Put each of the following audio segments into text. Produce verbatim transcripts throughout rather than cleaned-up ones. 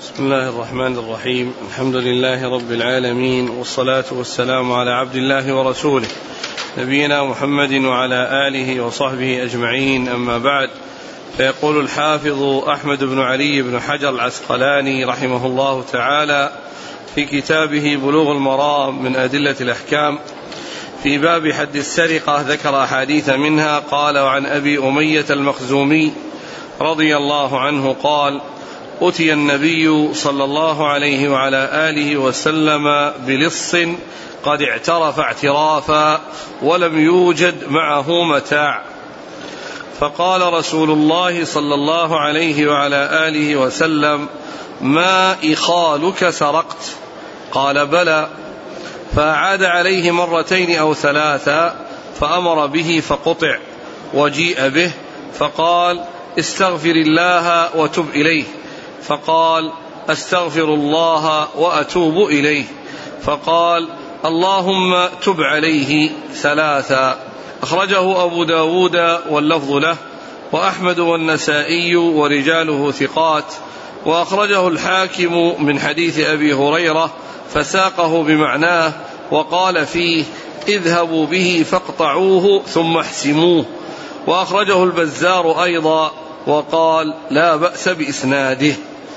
بسم الله الرحمن الرحيم. الحمد لله رب العالمين، والصلاة والسلام على عبد الله ورسوله نبينا محمد وعلى آله وصحبه أجمعين، أما بعد. فيقول الحافظ أحمد بن علي بن حجر العسقلاني رحمه الله تعالى في كتابه بلوغ المرام من أدلة الأحكام في باب حد السرقة ذكر أحاديث منها. قال: وعن أبي أمية المخزومي رضي الله عنه قال: أتي النبي صلى الله عليه وعلى آله وسلم بلص قد اعترف اعترافا ولم يوجد معه متاع، فقال رسول الله صلى الله عليه وعلى آله وسلم: ما إخالك سرقت؟ قال: بلى. فأعاد عليه مرتين أو ثلاثا فأمر به فقطع، وجيء به فقال: استغفر الله وتب إليه، فقال: أستغفر الله وأتوب إليه، فقال: اللهم تب عليه ثلاثا. أخرجه أبو داود واللفظ له، وأحمد والنسائي ورجاله ثقات، وأخرجه الحاكم من حديث أبي هريرة فساقه بمعناه، وقال فيه: اذهبوا به فاقطعوه ثم احسموه. وأخرجه البزار أيضا وقال: لا بأس بإسناده.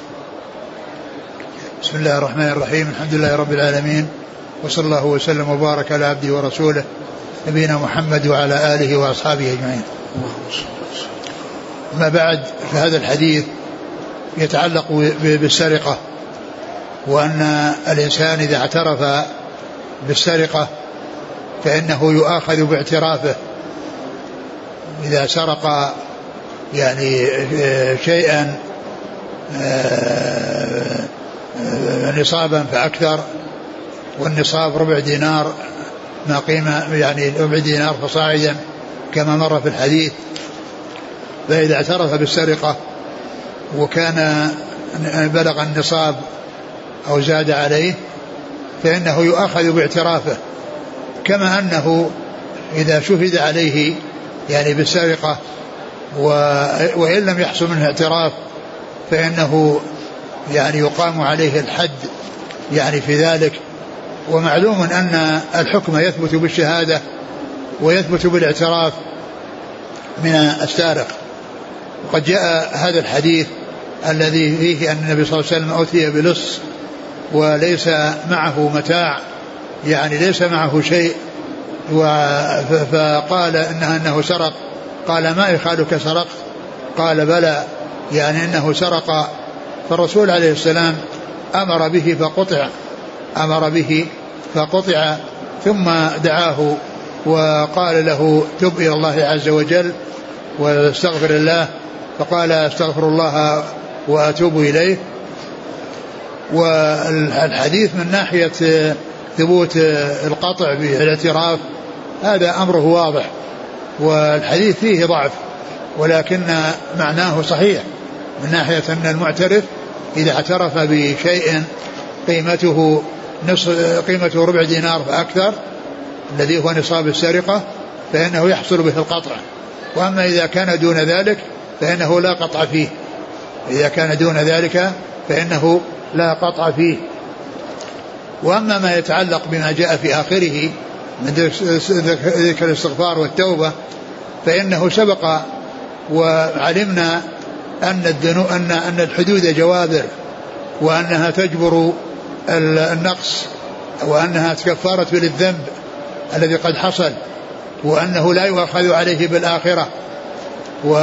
بسم الله الرحمن الرحيم. الحمد لله رب العالمين، وصلى الله وسلم وبارك على عبده ورسوله نبينا محمد وعلى آله وأصحابه أجمعين. ما بعد، فهذا الحديث يتعلق بالسرقة، وأن الإنسان إذا اعترف بالسرقة فإنه يؤاخذ باعترافه. إذا سرق يعني شيئا نصابا فأكثر، والنصاب ربع دينار ما قيمة، يعني ربع دينار فصاعدا كما مر في الحديث. فإذا اعترف بالسرقة وكان بلغ النصاب أو زاد عليه فإنه يؤخذ باعترافه، كما أنه إذا شهد عليه يعني بالسرقة وإن لم يحصل منه اعتراف فإنه يعني يقام عليه الحد يعني في ذلك. ومعلوم أن الحكم يثبت بالشهادة ويثبت بالاعتراف من السارق. وقد جاء هذا الحديث الذي فيه أن النبي صلى الله عليه وسلم أتي بلص وليس معه متاع، يعني ليس معه شيء، فقال إنها أنه سرق. قال: ما إخالك سرقت؟ قال: بلى، يعني أنه سرق. فالرسول عليه السلام أمر به فقطع أمر به فقطع ثم دعاه وقال له: تب إلى الله عز وجل واستغفر الله، فقال: استغفر الله وأتوب إليه. والحديث من ناحية ثبوت القطع بالاعتراف هذا أمره واضح، والحديث فيه ضعف، ولكن معناه صحيح من ناحية أن المعترف إذا اعترف بشيء قيمته نصف قيمته ربع دينار فأكثر الذي هو نصاب السرقة فإنه يحصل به القطع. وأما إذا كان دون ذلك فإنه لا قطع فيه إذا كان دون ذلك فإنه لا قطع فيه. وأما ما يتعلق بما جاء في آخره من ذكر الاستغفار والتوبة فإنه سبق وعلمنا أن الذنوب أن أن الحدود جوابر، وأنها تجبر النقص، وأنها كفارة للذنب الذي قد حصل، وأنه لا يؤخذ عليه بالآخرة. و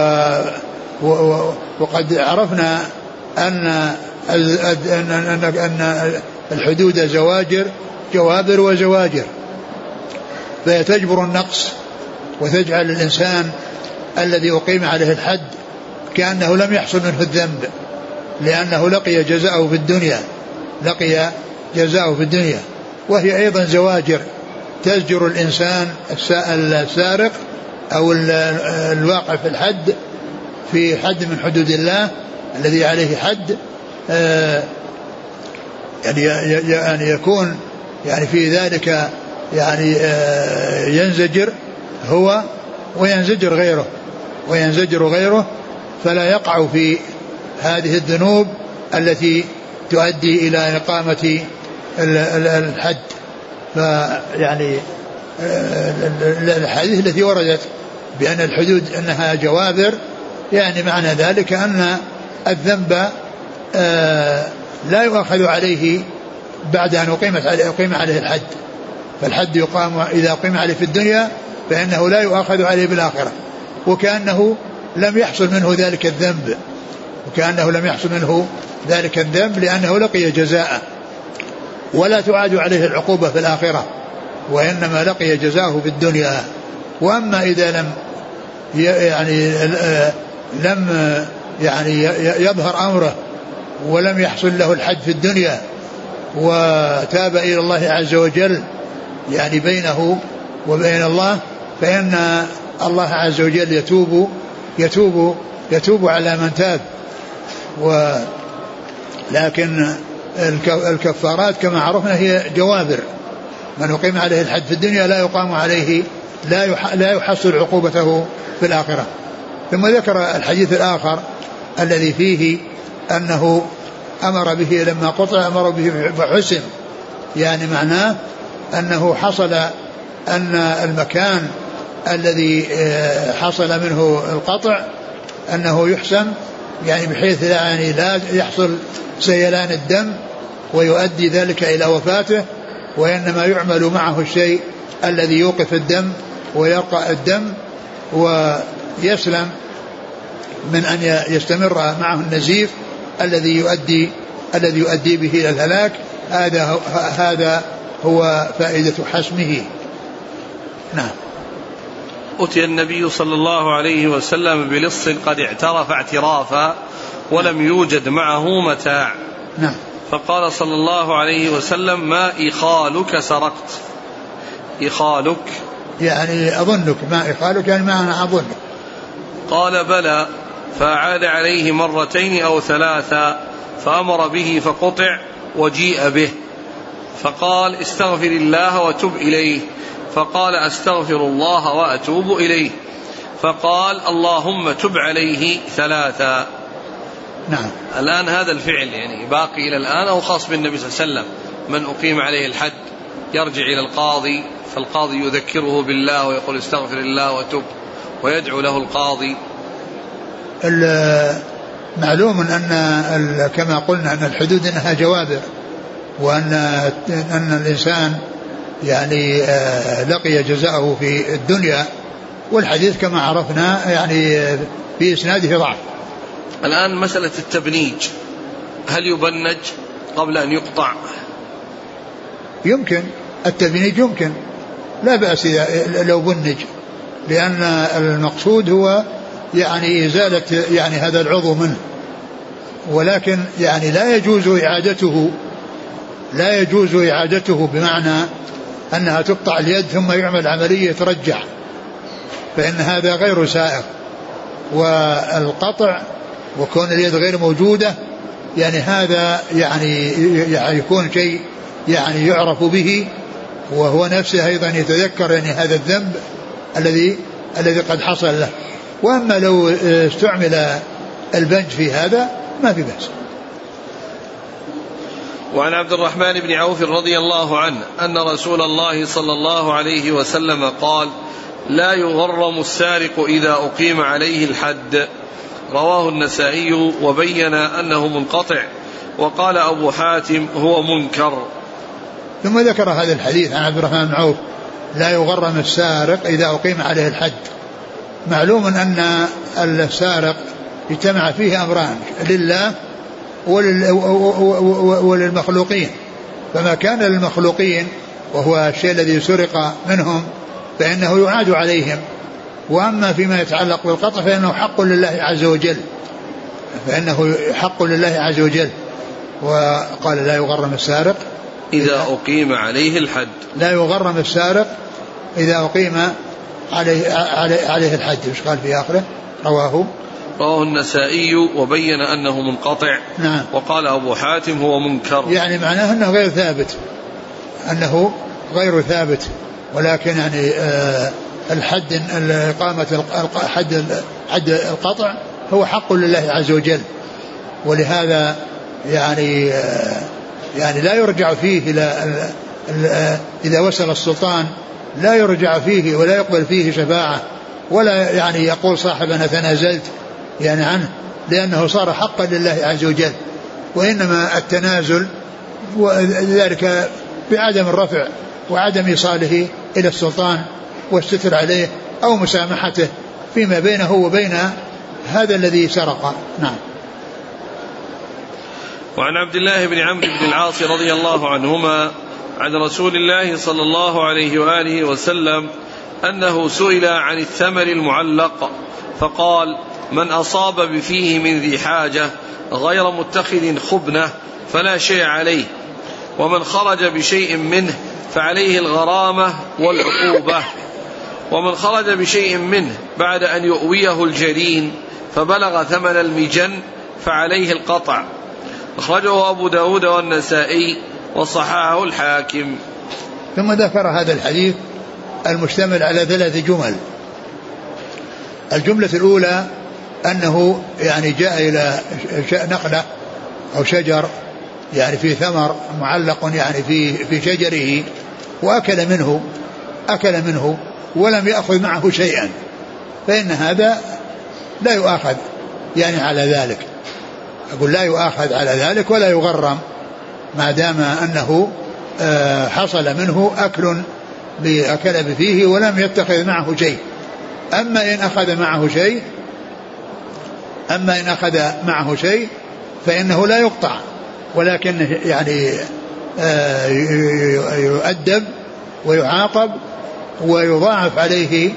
وقد عرفنا أن أن أن الحدود زواجر جوابر وزواجر، فهي تجبر النقص وتجعل الإنسان الذي أقيم عليه الحد كأنه لم يحصل منه الذنب، لأنه لقي جزاءه في الدنيا لقي جزاءه في الدنيا وهي أيضا زواجر تزجر الإنسان السارق أو الواقع في الحد في حد من حدود الله الذي عليه حد، يعني يعني يكون يعني في ذلك يعني ينزجر هو وينزجر غيره وينزجر غيره فلا يقع في هذه الذنوب التي تؤدي إلى إقامة الحد. فيعني الحديث التي وردت بأن الحدود أنها جوابر، يعني معنى ذلك أن الذنب لا يؤخذ عليه بعد أن أقيمت عليه أقيم عليه الحد، فالحد يقام إذا أقيم عليه في الدنيا فإنه لا يؤخذ عليه بالآخرة، وكأنه لم يحصل منه ذلك الذنب وكأنه لم يحصل منه ذلك الذنب لأنه لقي جزاء، ولا تعاد عليه العقوبة في الآخرة، وإنما لقي جزاءه في الدنيا. وأما إذا لم يعني لم يعني يظهر أمره ولم يحصل له الحد في الدنيا وتاب إلى الله عز وجل يعني بينه وبين الله، فإن الله عز وجل يتوب يتوب يتوب على من تاب. ولكن الكفارات كما عرفنا هي جوابر، من أقيم عليه الحد في الدنيا لا يقام عليه لا لا يحصل عقوبته في الآخرة. ثم ذكر الحديث الآخر الذي فيه أنه أمر به لما قطع أمر به فحسن، يعني معناه أنه حصل أن المكان الذي حصل منه القطع أنه يحسن، يعني بحيث يعني لا يحصل سيلان الدم ويؤدي ذلك إلى وفاته، وإنما يعمل معه الشيء الذي يوقف الدم ويرقى الدم ويسلم من أن يستمر معه النزيف الذي يؤدي الذي يؤدي به إلى الهلاك. هذا هذا هو فائدة حسمه. نعم. أتي النبي صلى الله عليه وسلم بلص قد اعترف اعترافا ولم يوجد معه متاع. نعم. فقال صلى الله عليه وسلم: ما إخالك سرقت؟ إخالك يعني أظنك، ما إخالك يعني ما أنا أظنك. قال: بلى. فأعاد عليه مرتين أو ثلاثا فأمر به فقطع وجيء به، فقال: استغفر الله وتب إليه. فقال: أستغفر الله وأتوب إليه. فقال: اللهم تب عليه ثلاثا. نعم. الآن هذا الفعل يعني باقي إلى الآن أو خاص بالنبي صلى الله عليه وسلم؟ من أقيم عليه الحد يرجع إلى القاضي، فالقاضي يذكره بالله ويقول استغفر الله وتب ويدعو له القاضي. معلوم أن كما قلنا أن الحدود أنها جوابر، وأن أن الإنسان يعني لقي جزاءه في الدنيا، والحديث كما عرفنا يعني في إسناده ضعف. الآن مسألة التبنيج، هل يبنج قبل أن يقطع؟ يمكن التبنيج، يمكن لا بأس لو بنج، لأن المقصود هو يعني إزالة يعني هذا العضو منه، ولكن يعني لا يجوز إعادته لا يجوز إعادته بمعنى أنها تقطع اليد ثم يعمل عملية ترجع، فإن هذا غير سائغ. والقطع وكون اليد غير موجودة يعني هذا يعني يكون شيء يعني يعرف به، وهو نفسه أيضا يتذكر يعني هذا الذنب الذي الذي قد حصل له. وأما لو استعمل البنج في هذا ما في بأس. وعن عبد الرحمن بن عوف رضي الله عنه أن رسول الله صلى الله عليه وسلم قال: لا يغرم السارق إذا أقيم عليه الحد. رواه النسائي وبين أنه منقطع، وقال أبو حاتم هو منكر. ثم ذكر هذا الحديث عن عبد الرحمن بن عوف: لا يغرم السارق إذا أقيم عليه الحد. معلوم أن السارق اجتمع فيه أمران، لله وللمخلوقين، فما كان للمخلوقين وهو الشيء الذي سرق منهم فإنه يعاد عليهم، وأما فيما يتعلق بالقطع فإنه حق لله عز وجل فإنه حق لله عز وجل. وقال: لا يغرم السارق إذا أقيم عليه الحد. لا يغرم السارق إذا أقيم عليه, عليه, عليه الحد. وش قال في آخره؟ رواه رواه النسائي وبين أنه منقطع. نعم. وقال أبو حاتم هو منكر، يعني معناه أنه غير ثابت أنه غير ثابت ولكن يعني آه الحد الإقامة حد حد القطع هو حق لله عز وجل، ولهذا يعني يعني لا يرجع فيه إلى إذا وصل السلطان لا يرجع فيه ولا يقبل فيه شفاعة، ولا يعني يقول صاحب أنا تنازلت يعني عنه، لأنه صار حقا لله عز وجل. وإنما التنازل وذلك بعدم الرفع وعدم إيصاله إلى السلطان والستر عليه أو مسامحته فيما بينه وبين هذا الذي سرق. نعم. وعن عبد الله بن عمرو بن العاص رضي الله عنهما عن رسول الله صلى الله عليه وآله وسلم أنه سئل عن الثمر المعلق فقال من أصاب بفيه من ذي حاجة غير متخذ خبنة فلا شيء عليه، ومن خرج بشيء منه فعليه الغرامة والعقوبة، ومن خرج بشيء منه بعد أن يؤويه الجرين فبلغ ثمن المجن فعليه القطع. أخرجه أبو داود والنسائي وصححه الحاكم. ثم ذكر هذا الحديث المشتمل على ثلاث جمل. الجملة الأولى أنه يعني جاء إلى نخلة أو شجر يعني في ثمر معلق يعني في في شجره وأكل منه أكل منه ولم يأخذ معه شيئا، فإن هذا لا يؤاخذ يعني على ذلك. أقول لا يؤاخذ على ذلك ولا يغرم ما دام أنه حصل منه أكل بأكل فيه ولم يتخذ معه شيء. أما إن أخذ معه شيء أما إن أخذ معه شيء فإنه لا يقطع، ولكن يعني يؤدب ويعاقب ويضاعف عليه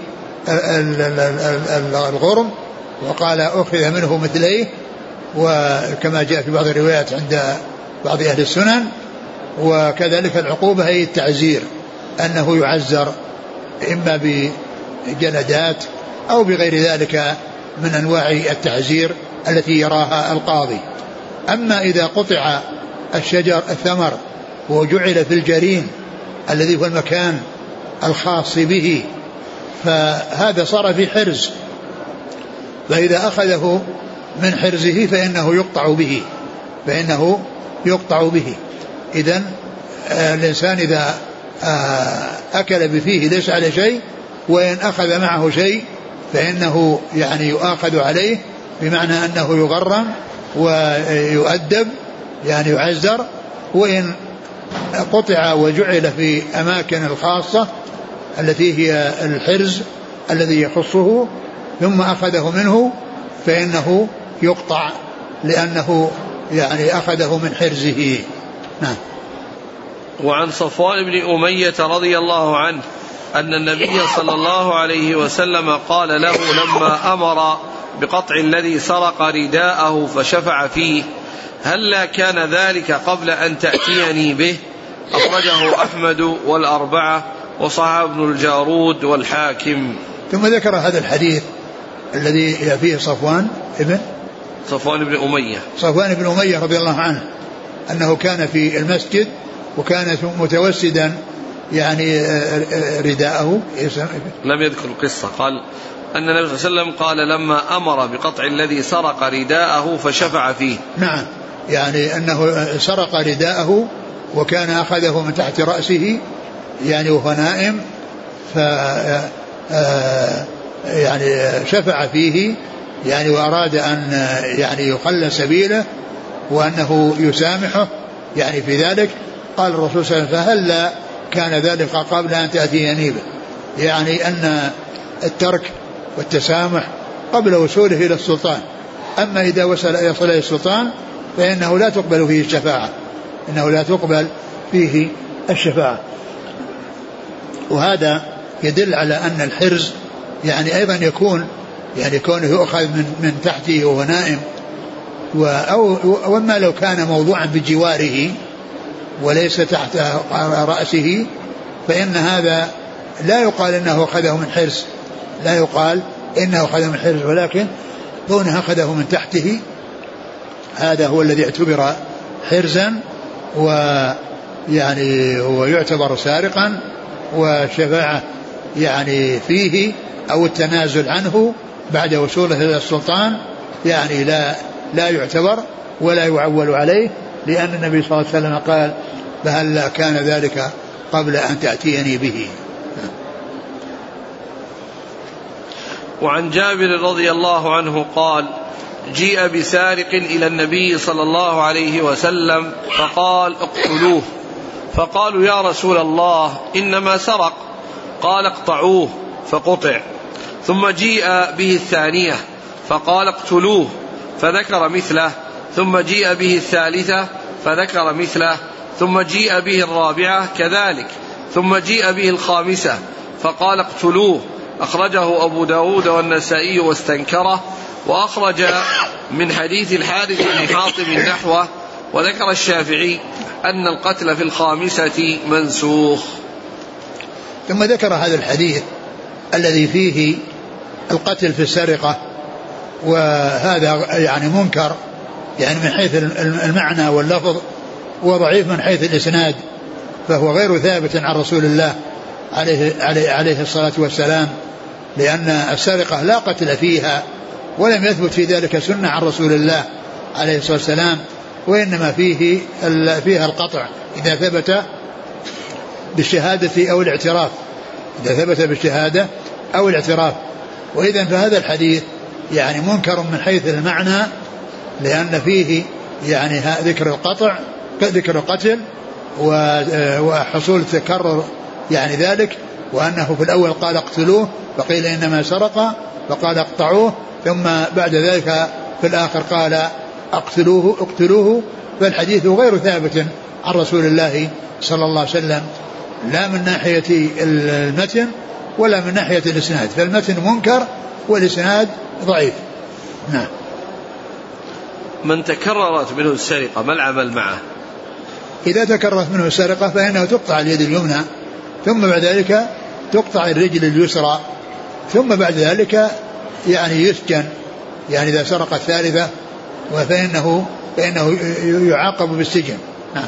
الغرم. وقال أخذ منه مثليه، وكما جاء في بعض الروايات عند بعض أهل السنن. وكذلك العقوبة هي التعزير، أنه يعزر إما بجلدات أو بغير ذلك من أنواع التعزير التي يراها القاضي. أما إذا قطع الشجر الثمر وجعل في الجرين الذي هو المكان الخاص به فهذا صار في حرز، فإذا أخذه من حرزه فإنه يقطع به فإنه يقطع به. إذن الإنسان إذا أكل بفيه ليس على شيء، وإن أخذ معه شيء فإنه يعني يؤاخذ عليه، بمعنى أنه يغرم ويؤدب يعني يعزر. وإن قطع وجعل في أماكن الخاصة التي هي الحرز الذي يخصه ثم أخذه منه فإنه يقطع، لأنه يعني أخذه من حرزه. نعم. وعن صفوان بن أمية رضي الله عنه أن النبي صلى الله عليه وسلم قال له لما أمر بقطع الذي سرق رداءه فشفع فيه هلا كان ذلك قبل أن تأتيني به؟ أخرجه أحمد والأربعة وصححه ابن الجارود والحاكم. ثم ذكر هذا الحديث الذي فيه صفوان ابن صفوان بن أمية صفوان بن أمية رضي الله عنه أنه كان في المسجد وكان متوسدا يعني رداءه. لم يذكر القصة. قال أن النبي صلى الله عليه وسلم قال لما أمر بقطع الذي سرق رداءه فشفع فيه. نعم، يعني أنه سرق رداءه وكان أخذه من تحت رأسه يعني وهو نائم، ف يعني شفع فيه يعني وأراد أن يعني يخلى سبيله وأنه يسامحه يعني في ذلك. قال الرسول صلى الله عليه وسلم فهلا كان ذلك قبل أن تأتيني به، يعني أن الترك والتسامح قبل وصوله إلى السلطان. أما إذا وصل يصل إلى السلطان فإنه لا تقبل فيه الشفاعة إنه لا تقبل فيه الشفاعة. وهذا يدل على أن الحرز يعني أيضا يكون يعني كونه يؤخذ من, من تحته وهو نائم، أو وما لو كان موضوعا بجواره وليس تحت رأسه فإن هذا لا يقال إنه أخذه من حرز لا يقال إنه أخذه من حرز ولكن كونه أخذه من تحته هذا هو الذي اعتبر حرزا ويعني هو يعتبر سارقا، والشفاعة يعني فيه أو التنازل عنه بعد وصوله إلى السلطان يعني لا لا يعتبر ولا يعول عليه، لأن النبي صلى الله عليه وسلم قال فهل كان ذلك قبل أن تأتيني به. وعن جابر رضي الله عنه قال جيء بسارق إلى النبي صلى الله عليه وسلم فقال اقتلوه، فقالوا يا رسول الله إنما سرق، قال اقطعوه فقطع. ثم جيء به الثانية فقال اقتلوه فذكر مثله، ثم جيء به الثالثة فذكر مثله، ثم جيء به الرابعة كذلك، ثم جيء به الخامسة فقال اقتلوه. أخرجه أبو داود والنسائي واستنكره، وأخرج من حديث الحارث بن حاطب نحوه. وذكر الشافعي أن القتل في الخامسة منسوخ. ثم ذكر هذا الحديث الذي فيه القتل في السرقة، وهذا يعني منكر يعني من حيث المعنى واللفظ، وضعيف من حيث الإسناد، فهو غير ثابت عن رسول الله عليه, عليه, عليه الصلاة والسلام، لأن السرقة لا قتل فيها، ولم يثبت في ذلك سنة عن رسول الله عليه الصلاة والسلام، وإنما فيه فيها القطع إذا ثبت بالشهادة أو الاعتراف، إذا ثبت بالشهادة أو الاعتراف. وإذن فهذا الحديث يعني منكر من حيث المعنى، لأن فيه يعني ذكر القطع ذكر القتل وحصول تكرر يعني ذلك، وأنه في الأول قال اقتلوه فقيل إنما سرق فقال اقطعوه، ثم بعد ذلك في الآخر قال اقتلوه اقتلوه. فالحديث غير ثابت عن رسول الله صلى الله عليه وسلم، لا من ناحية المتن ولا من ناحية الإسناد، فالمتن منكر والإسناد ضعيف. نعم. من تكررت منه السرقة ما العمل معه؟ إذا تكررت منه السرقة فإنه تقطع اليد اليمنى، ثم بعد ذلك تقطع الرجل اليسرى، ثم بعد ذلك يعني يسجن، يعني إذا سرق الثالثة فإنه, فإنه يعاقب بالسجن. نعم.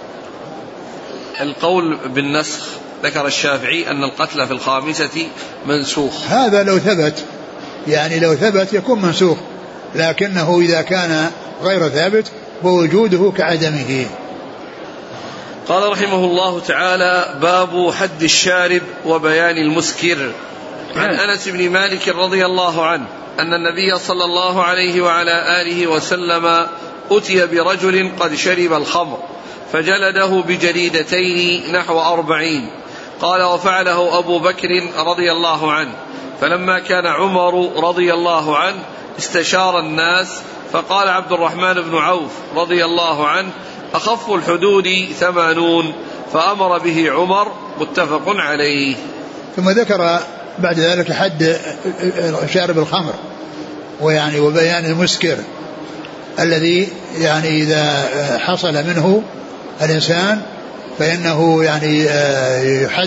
القول بالنسخ ذكر الشافعي أن القتل في الخامسة منسوخ. هذا لو ثبت يعني لو ثبت يكون منسوخ، لكنه إذا كان غير ثابت ووجوده كعدمه. قال رحمه الله تعالى باب حد الشارب وبيان المسكر. عن أنس بن مالك رضي الله عنه أن النبي صلى الله عليه وعلى آله وسلم أتي برجل قد شرب الخمر فجلده بجليدتين نحو أربعين. قال وفعله أبو بكر رضي الله عنه، فلما كان عمر رضي الله عنه استشار الناس، فقال عبد الرحمن بن عوف رضي الله عنه أخف الحدود ثمانون، فأمر به عمر. متفق عليه. ثم ذكر بعد ذلك حد شارب الخمر، ويعني وبيان المسكر الذي يعني إذا حصل منه الإنسان فإنه يعني يحد.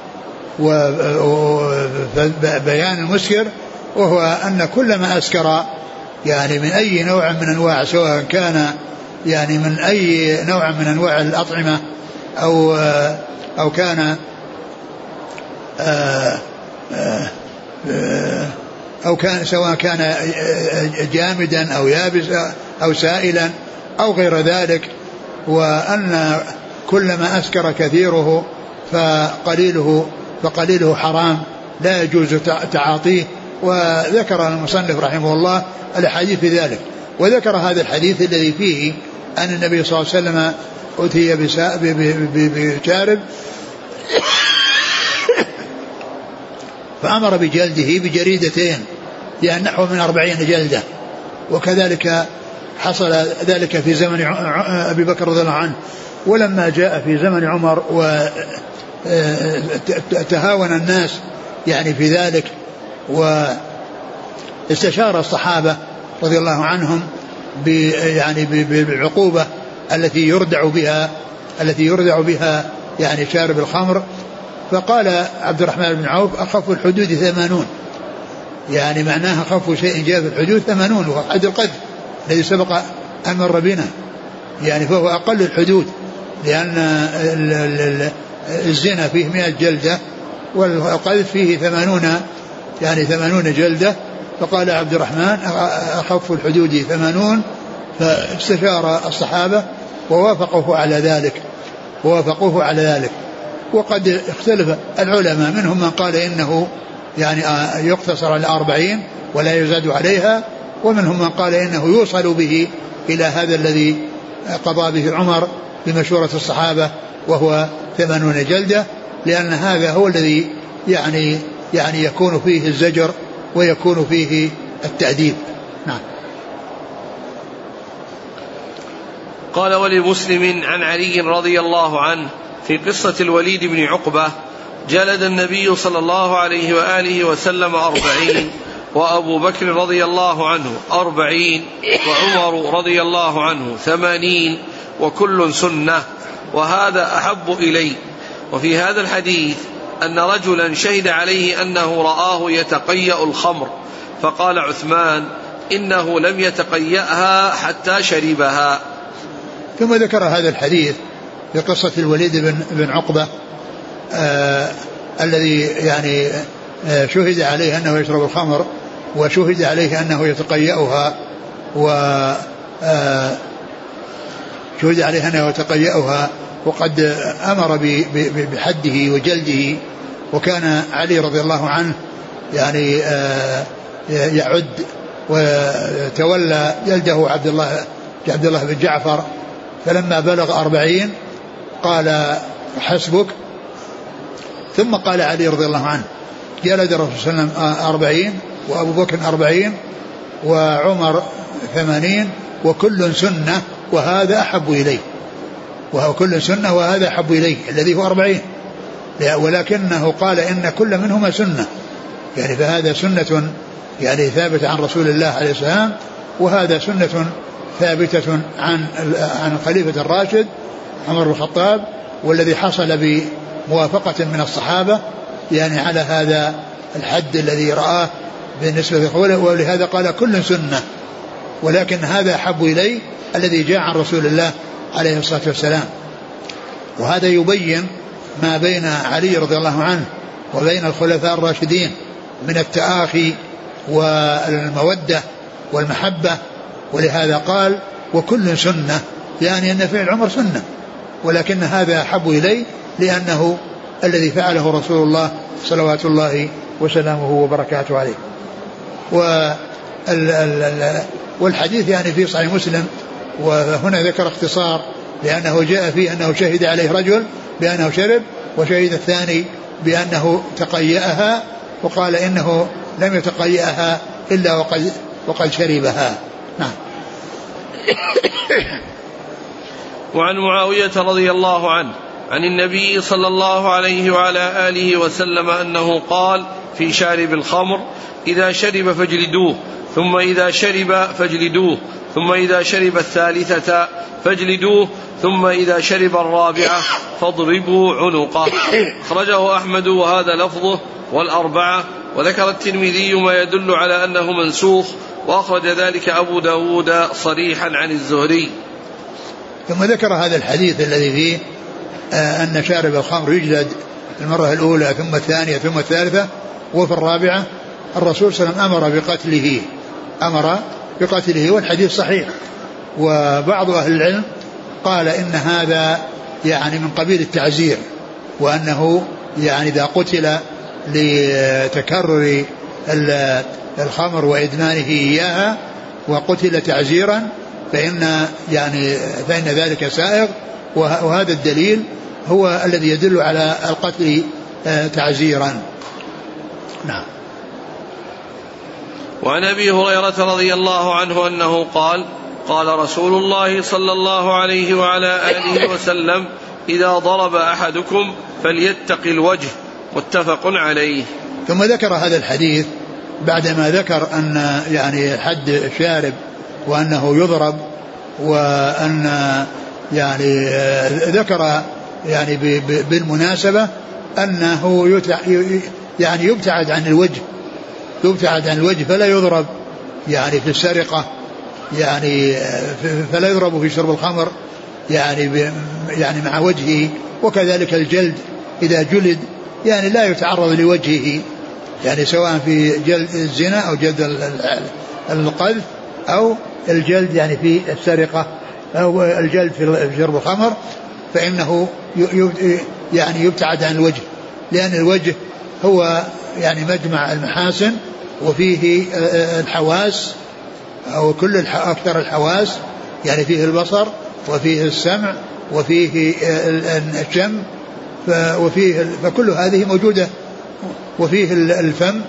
وبيان المسكر وهو أن كل ما أسكر يعني من أي نوع من أنواع، سواء كان يعني من أي نوع من أنواع الأطعمة أو أو كان أو كان سواء كان جامدا أو يابسا أو سائلا أو غير ذلك، وأن كل ما أسكر كثيره فقليله فقليله حرام لا يجوز تعاطيه. وذكر المصنف رحمه الله الحديث في ذلك، وذكر هذا الحديث الذي فيه أن النبي صلى الله عليه وسلم أتي بشارب فأمر بجلده بجريدتين، يعني نحو من أربعين جلدة. وكذلك حصل ذلك في زمن أبي بكر رضي الله عنه، ولما جاء في زمن عمر وتهاون الناس يعني في ذلك، واستشار الصحابة رضي الله عنهم يعني بالعقوبة التي يردع بها التي يردع بها يعني شارب الخمر، فقال عبد الرحمن بن عوف أخف الحدود ثمانون، يعني معناها أخف شيء جاء في الحدود ثمانون، وهو حد القذف الذي سبق أن مر بنا، يعني فهو أقل الحدود، لأن الزنا فيه مئة جلدة والقذف فيه ثمانون يعني ثمانون جلدة. فقال عبد الرحمن أخف الحدود ثمانون فاستشار الصحابة ووافقوه على ذلك ووافقوه على ذلك وقد اختلف العلماء، منهم من قال إنه يعني يقتصر على أربعين ولا يزاد عليها، ومنهم من قال إنه يوصل به إلى هذا الذي قضى به عمر بمشورة الصحابة وهو ثمانون جلدة، لأن هذا هو الذي يعني يعني يكون فيه الزجر ويكون فيه التأديب. نعم. قال ولمسلم عن علي رضي الله عنه في قصة الوليد بن عقبة: جلد النبي صلى الله عليه وآله وسلم أربعين، وأبو بكر رضي الله عنه أربعين، وعمر رضي الله عنه ثمانين، وكل سنة، وهذا أحب إلي. وفي هذا الحديث أن رجلا شهد عليه أنه رآه يتقيأ الخمر، فقال عثمان: إنه لم يتقيأها حتى شربها. ثم ذكر هذا الحديث في قصة الوليد بن, بن عقبة آه الذي يعني آه شهد عليه أنه يشرب الخمر، وشهد عليه أنه يتقيأها، و آه شهد عليه أنه يتقيأها، وقد أمر بحده وجلده. وكان علي رضي الله عنه يعني آه يعد وتولى جلده عبد الله عبد الله بن جعفر، فلما بلغ أربعين قال: حسبك. ثم قال علي رضي الله عنه: جلد الرسول صلى الله عليه وسلم أربعين، وأبو بكر أربعين، وعمر ثمانين، وكل سنة وهذا أحب إليه. وهو كل سنة وهذا أحب إليه الذي هو أربعين، ولكنه قال إن كل منهما سنة، يعني فهذا سنة يعني ثابتة عن رسول الله عليه السلام، وهذا سنة ثابتة عن عن الخليفة الراشد عمر بن الخطاب، والذي حصل بموافقة من الصحابة يعني على هذا الحد الذي رآه بالنسبة لقوله، ولهذا قال كل سنة، ولكن هذا أحب إلي الذي جاء عن رسول الله عليه الصلاة والسلام. وهذا يبين ما بين علي رضي الله عنه وبين الخلفاء الراشدين من التآخي والمودة والمحبة، ولهذا قال: وكل سنة، يعني أن فعل عمر سنة، ولكن هذا أحب إلي لأنه الذي فعله رسول الله صلوات الله وسلامه وبركاته عليه. والحديث يعني في صحيح مسلم، وهنا ذكر اختصار لأنه جاء فيه أنه شهد عليه رجل بأنه شرب، وشهد الثاني بأنه تقيأها، وقال إنه لم يتقيأها إلا وقد, وقد شربها. نعم. وعن معاوية رضي الله عنه عن النبي صلى الله عليه وعلى آله وسلم أنه قال في شارب الخمر: إذا شرب فاجلدوه، ثم إذا شرب فاجلدوه، ثم إذا شرب الثالثة فاجلدوه، ثم إذا شرب الرابعة فاضربوا عنقه. أخرجه أحمد وهذا لفظه والأربعة، وذكر الترمذي ما يدل على أنه منسوخ، وأخرج ذلك أبو داود صريحا عن الزهري. ثم ذكر هذا الحديث الذي فيه آه أن شارب الخمر يجلد المرة الأولى ثم الثانية ثم الثالثة، وفي الرابعة الرسول صلى الله عليه وسلم أمر بقتله أمر بقتله والحديث صحيح. وبعض أهل العلم قال إن هذا يعني من قبيل التعزير، وأنه يعني إذا قتل لتكرر الخمر وإدمانه إياها وقتل تعزيرا فإن يعني فإن ذلك سائغ، وهذا الدليل هو الذي يدل على القتل تعزيرا. نعم. وعن أبي هريرة رضي الله عنه أنه قال: قال رسول الله صلى الله عليه وعلى آله وسلم: إذا ضرب أحدكم فليتق الوجه، متفق عليه. ثم ذكر هذا الحديث بعدما ذكر أن يعني حد شارب وأنه يضرب، وأن يعني ذكر يعني بالمناسبة أنه يعني يبتعد عن الوجه يبتعد عن الوجه فلا يضرب يعني في السرقة، يعني فلا يضرب في شرب الخمر يعني يعني مع وجهه، وكذلك الجلد إذا جلد يعني لا يتعرض لوجهه، يعني سواء في جلد الزنا أو جلد القذف أو الجلد يعني في السرقة أو الجلد في شرب الخمر فإنه يعني يبتعد عن الوجه، لأن الوجه هو يعني مجمع المحاسن وفيه الحواس أو كل أكثر الحواس، يعني فيه البصر وفيه السمع وفيه الشم وفيه فكل هذه موجودة، وفيه الفم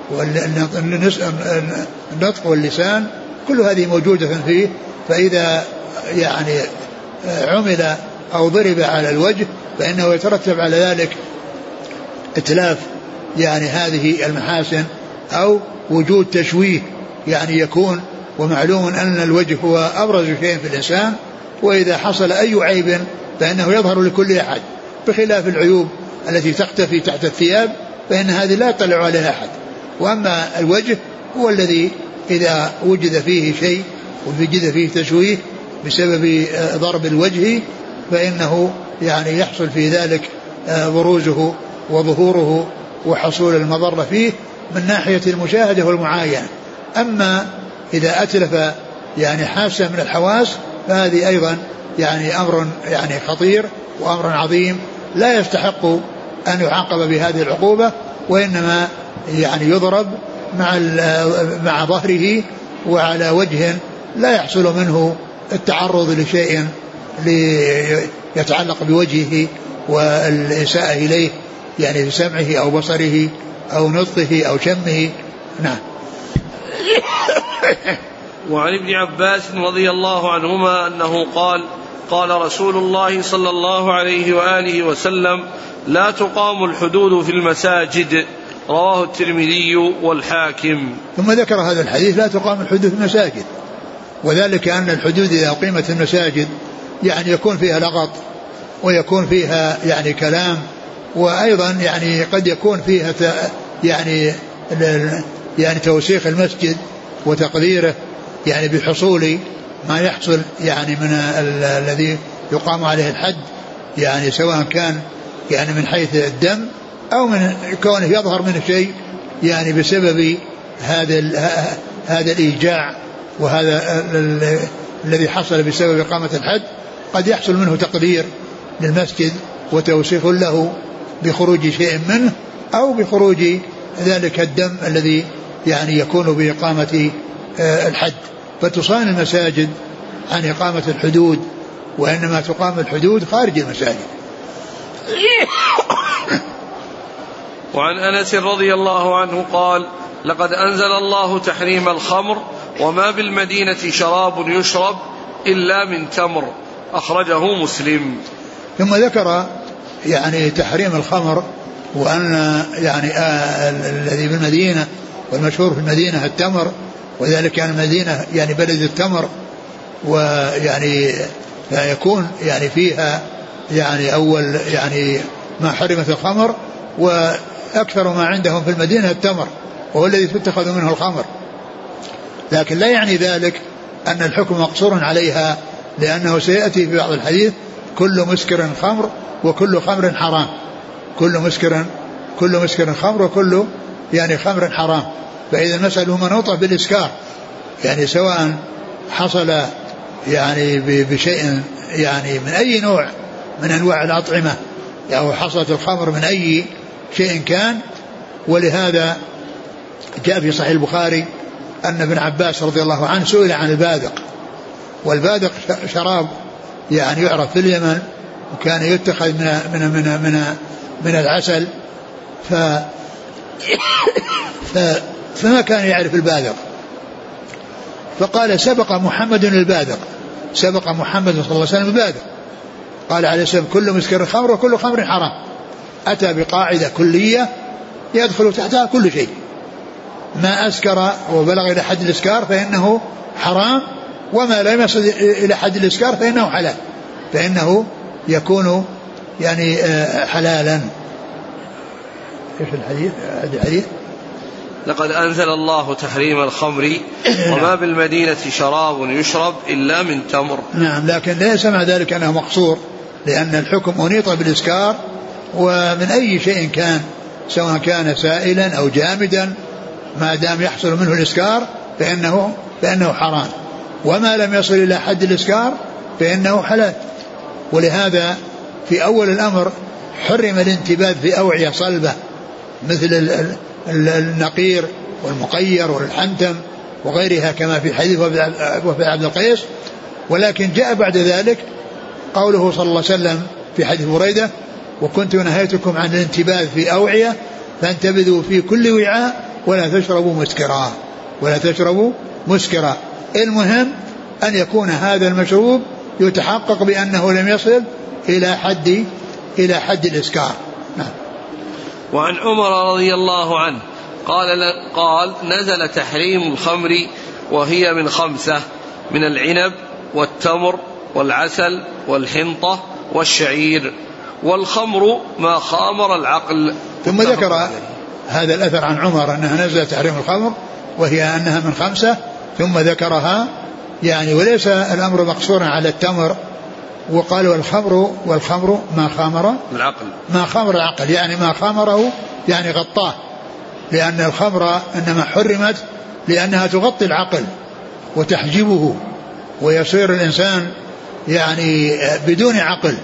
والنطق واللسان كل هذه موجودة فيه. فإذا يعني عمل أو ضرب على الوجه فإنه يترتب على ذلك اتلاف يعني هذه المحاسن أو وجود تشويه يعني يكون. ومعلوم أن الوجه هو أبرز شيء في الإنسان، وإذا حصل أي عيب فإنه يظهر لكل أحد، بخلاف العيوب التي تختفي تحت الثياب فإن هذه لا يطلع عليها أحد. وأما الوجه هو الذي إذا وجد فيه شيء ووجد فيه تشويه بسبب ضرب الوجه فإنه يعني يحصل في ذلك بروزه وظهوره وحصول المضرة فيه من ناحية المشاهدة والمعاينة. أما إذا أتلف يعني حاسة من الحواس فهذه أيضا يعني أمر يعني خطير وأمر عظيم لا يستحق أن يعاقب بهذه العقوبة، وإنما يعني يضرب مع مع ظهره وعلى وجه لا يحصل منه التعرض لشيء يتعلق بوجهه والإساءة إليه يعني بسمعه أو بصره أو نطقه أو شمه. نعم. وعن ابن عباس رضي الله عنهما أنه قال قال رسول الله صلى الله عليه وآله وسلم لا تقام الحدود في المساجد، رواه الترمذي والحاكم. ثم ذكر هذا الحديث لا تقام الحدود في المساجد، وذلك أن الحدود إذا أقيمت المساجد يعني يكون فيها لغط ويكون فيها يعني كلام، وأيضا يعني قد يكون فيها يعني يعني توسيخ المسجد وتقديره يعني بحصول ما يحصل يعني من الذي يقام عليه الحد، يعني سواء كان يعني من حيث الدم أو من كونه يظهر منه شيء يعني بسبب هذا هذا الإيجاع وهذا الذي حصل بسبب إقامة الحد. قد يحصل منه تقدير للمسجد وتوسيخ له بخروج شيء منه أو بخروج ذلك الدم الذي يعني يكون بإقامة الحد. فتصان المساجد عن إقامة الحدود، وإنما تقام الحدود خارج المساجد. وعن أنس رضي الله عنه قال لقد أنزل الله تحريم الخمر وما بالمدينة شراب يشرب إلا من تمر، أخرجه مسلم. ثم ذكر يعني تحريم الخمر، وأن يعني آه الذي بالمدينة والمشهور في المدينة التمر، وذلك يعني المدينة يعني بلد التمر، ويعني يكون يعني فيها يعني أول يعني ما حرمت الخمر، وأكثر ما عندهم في المدينة التمر وهو الذي تتخذ منه الخمر. لكن لا يعني ذلك أن الحكم مقصور عليها، لأنه سيأتي في بعض الحديث كل مسكر خمر وكل خمر حرام، كل مسكر كل مسكر خمر وكل يعني خمر حرام. فإذا المسألة منوطة بالإسكار، يعني سواء حصل يعني بشيء يعني من أي نوع من أنواع الأطعمة أو حصلت الخمر من أي شيء كان. ولهذا جاء في صحيح البخاري أن ابن عباس رضي الله عنه سئل عن البادق، والبادق شراب يعني يعرف في اليمن وكان يتخذ من من من من, من العسل، ف فما كان يعرف البادق، فقال سبق محمد البادق، سبق محمد صلى الله عليه وسلم البادق. قال عليه السلام كل مسكر خمر وكل خمر حرام. أتى بقاعدة كلية يدخل تحتها كل شيء، ما أسكر وبلغ إلى حد الإسكار فإنه حرام، وما لا يصل إلى حد الإسكار فإنه حلال، فإنه يكون يعني حلالا. إيش الحديث؟ هذا الحديث لقد أنزل الله تحريم الخمر وما بالمدينة شراب يشرب إلا من تمر. نعم، لكن ليس مع ذلك أنه مقصور، لأن الحكم أنيط بالإسكار ومن أي شيء كان، سواء كان سائلا أو جامدا، ما دام يحصل منه الإسكار فإنه, فإنه حرام، وما لم يصل إلى حد الإسكار فإنه حلال. ولهذا في أول الأمر حرم الانتباذ في أوعية صلبة مثل النقير والمقير والحنتم وغيرها كما في حديث وفي عبد القيس. ولكن جاء بعد ذلك قوله صلى الله عليه وسلم في حديث بريدة: وكنت نهيتكم عن الانتباذ في أوعية فانتبذوا في كل وعاء ولا تشربوا مسكرا ولا تشربوا مسكرا. المهم أن يكون هذا المشروب يتحقق بأنه لم يصل إلى حد إلى حد الإسكار. نعم. وعن عمر رضي الله عنه قال قال نزل تحريم الخمر وهي من خمسة: من العنب والتمر والعسل والحنطة والشعير، والخمر ما خامر العقل. ثم ذكر هذا الأثر عن عمر أنها نزل تحريم الخمر وهي أنها من خمسة، ثم ذكرها يعني وليس الأمر مقصورا على التمر، وقال والخمر والخمر ما خامر العقل ما خامر العقل يعني ما خامره يعني غطاه، لأن الخمر إنما حرمت لأنها تغطي العقل وتحجبه ويصير الإنسان يعني بدون عقل.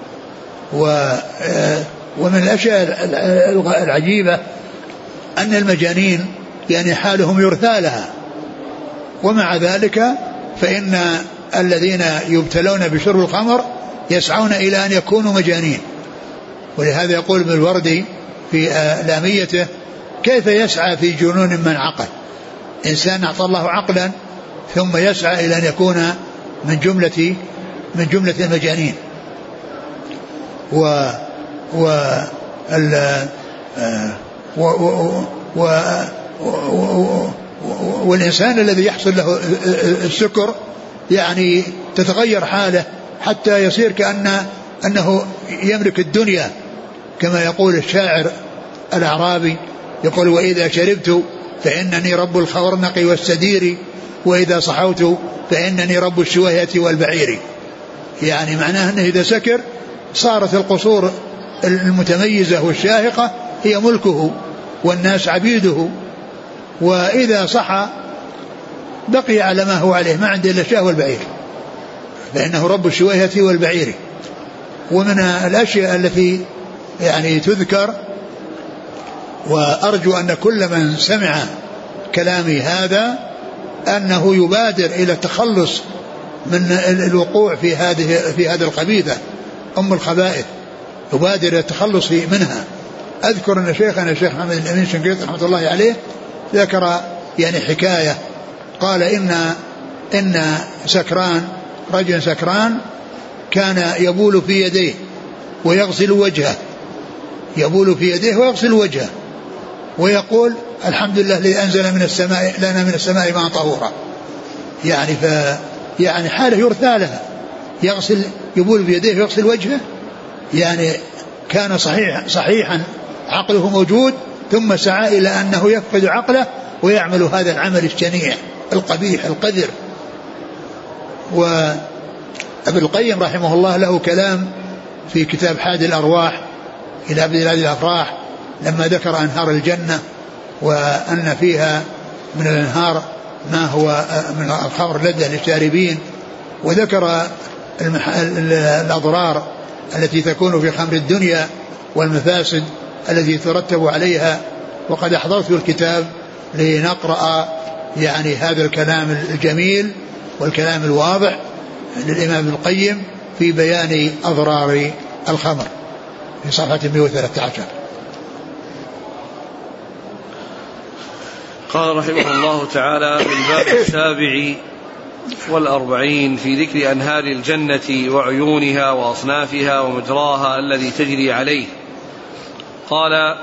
ومن الأشياء العجيبة أن المجانين يعني حالهم يرثى لها، ومع ذلك فإن الذين يبتلون بشرب الخمر يسعون إلى أن يكونوا مجانين. ولهذا يقول ابن الوردي في لاميته: كيف يسعى في جنون من عقل؟ إنسان أعطى الله عقلا ثم يسعى إلى أن يكون من جملة من جملة المجانين. و و ال و و و والإنسان الذي يحصل له السكر يعني تتغير حاله حتى يصير كأن أنه يملك الدنيا، كما يقول الشاعر الأعرابي يقول: وإذا شربت فإنني رب الخورنق والسدير، وإذا صحوت فإنني رب الشويهة والبعير. يعني معناه أنه إذا سكر صارت القصور المتميزة والشاهقة هي ملكه والناس عبيده، وإذا صحى بقي على ما هو عليه، ما عنده إلا الشاه والبعير، فإنه رب الشويهة والبعير. ومن الأشياء التي يعني تذكر، وأرجو أن كل من سمع كلامي هذا أنه يبادر إلى التخلص من الوقوع في هذه في هذه الخبيثة أم الخبائث، يبادر إلى التخلص منها. أذكر أن شيخنا الشيخ محمد الأمين الشنقيطي رحمة الله عليه ذكر يعني حكاية، قال إن إن سكران رجل سكران كان يبول في يديه ويغسل وجهه، يبول في يديه ويغسل وجهه ويقول: الحمد لله الذي أنزل من السماء لنا من السماء ماء طهورا. يعني ف يعني حاله يرثى لها، يغسل يبول في يديه ويغسل وجهه، يعني كان صحيح صحيحا عقله موجود، ثم سعى إلى أنه يفقد عقله ويعمل هذا العمل الشنيع القبيح القذر. وابن القيم رحمه الله له كلام في كتاب حادي الأرواح إلى بلاد الأفراح لما ذكر أنهار الجنة، وأن فيها من الأنهار ما هو من الخمر لذة للشاربين، وذكر الأضرار التي تكون في خمر الدنيا والمفاسد التي ترتب عليها. وقد أحضرت الكتاب لنقرأ يعني هذا الكلام الجميل والكلام الواضح للإمام ابن القيم في بيان أضرار الخمر في صفحة مئة وثلاثة عشر. قال رحمه الله تعالى: في الباب السابع والأربعين في ذكر أنهار الجنة وعيونها وأصنافها ومجراها الذي تجري عليه. قال: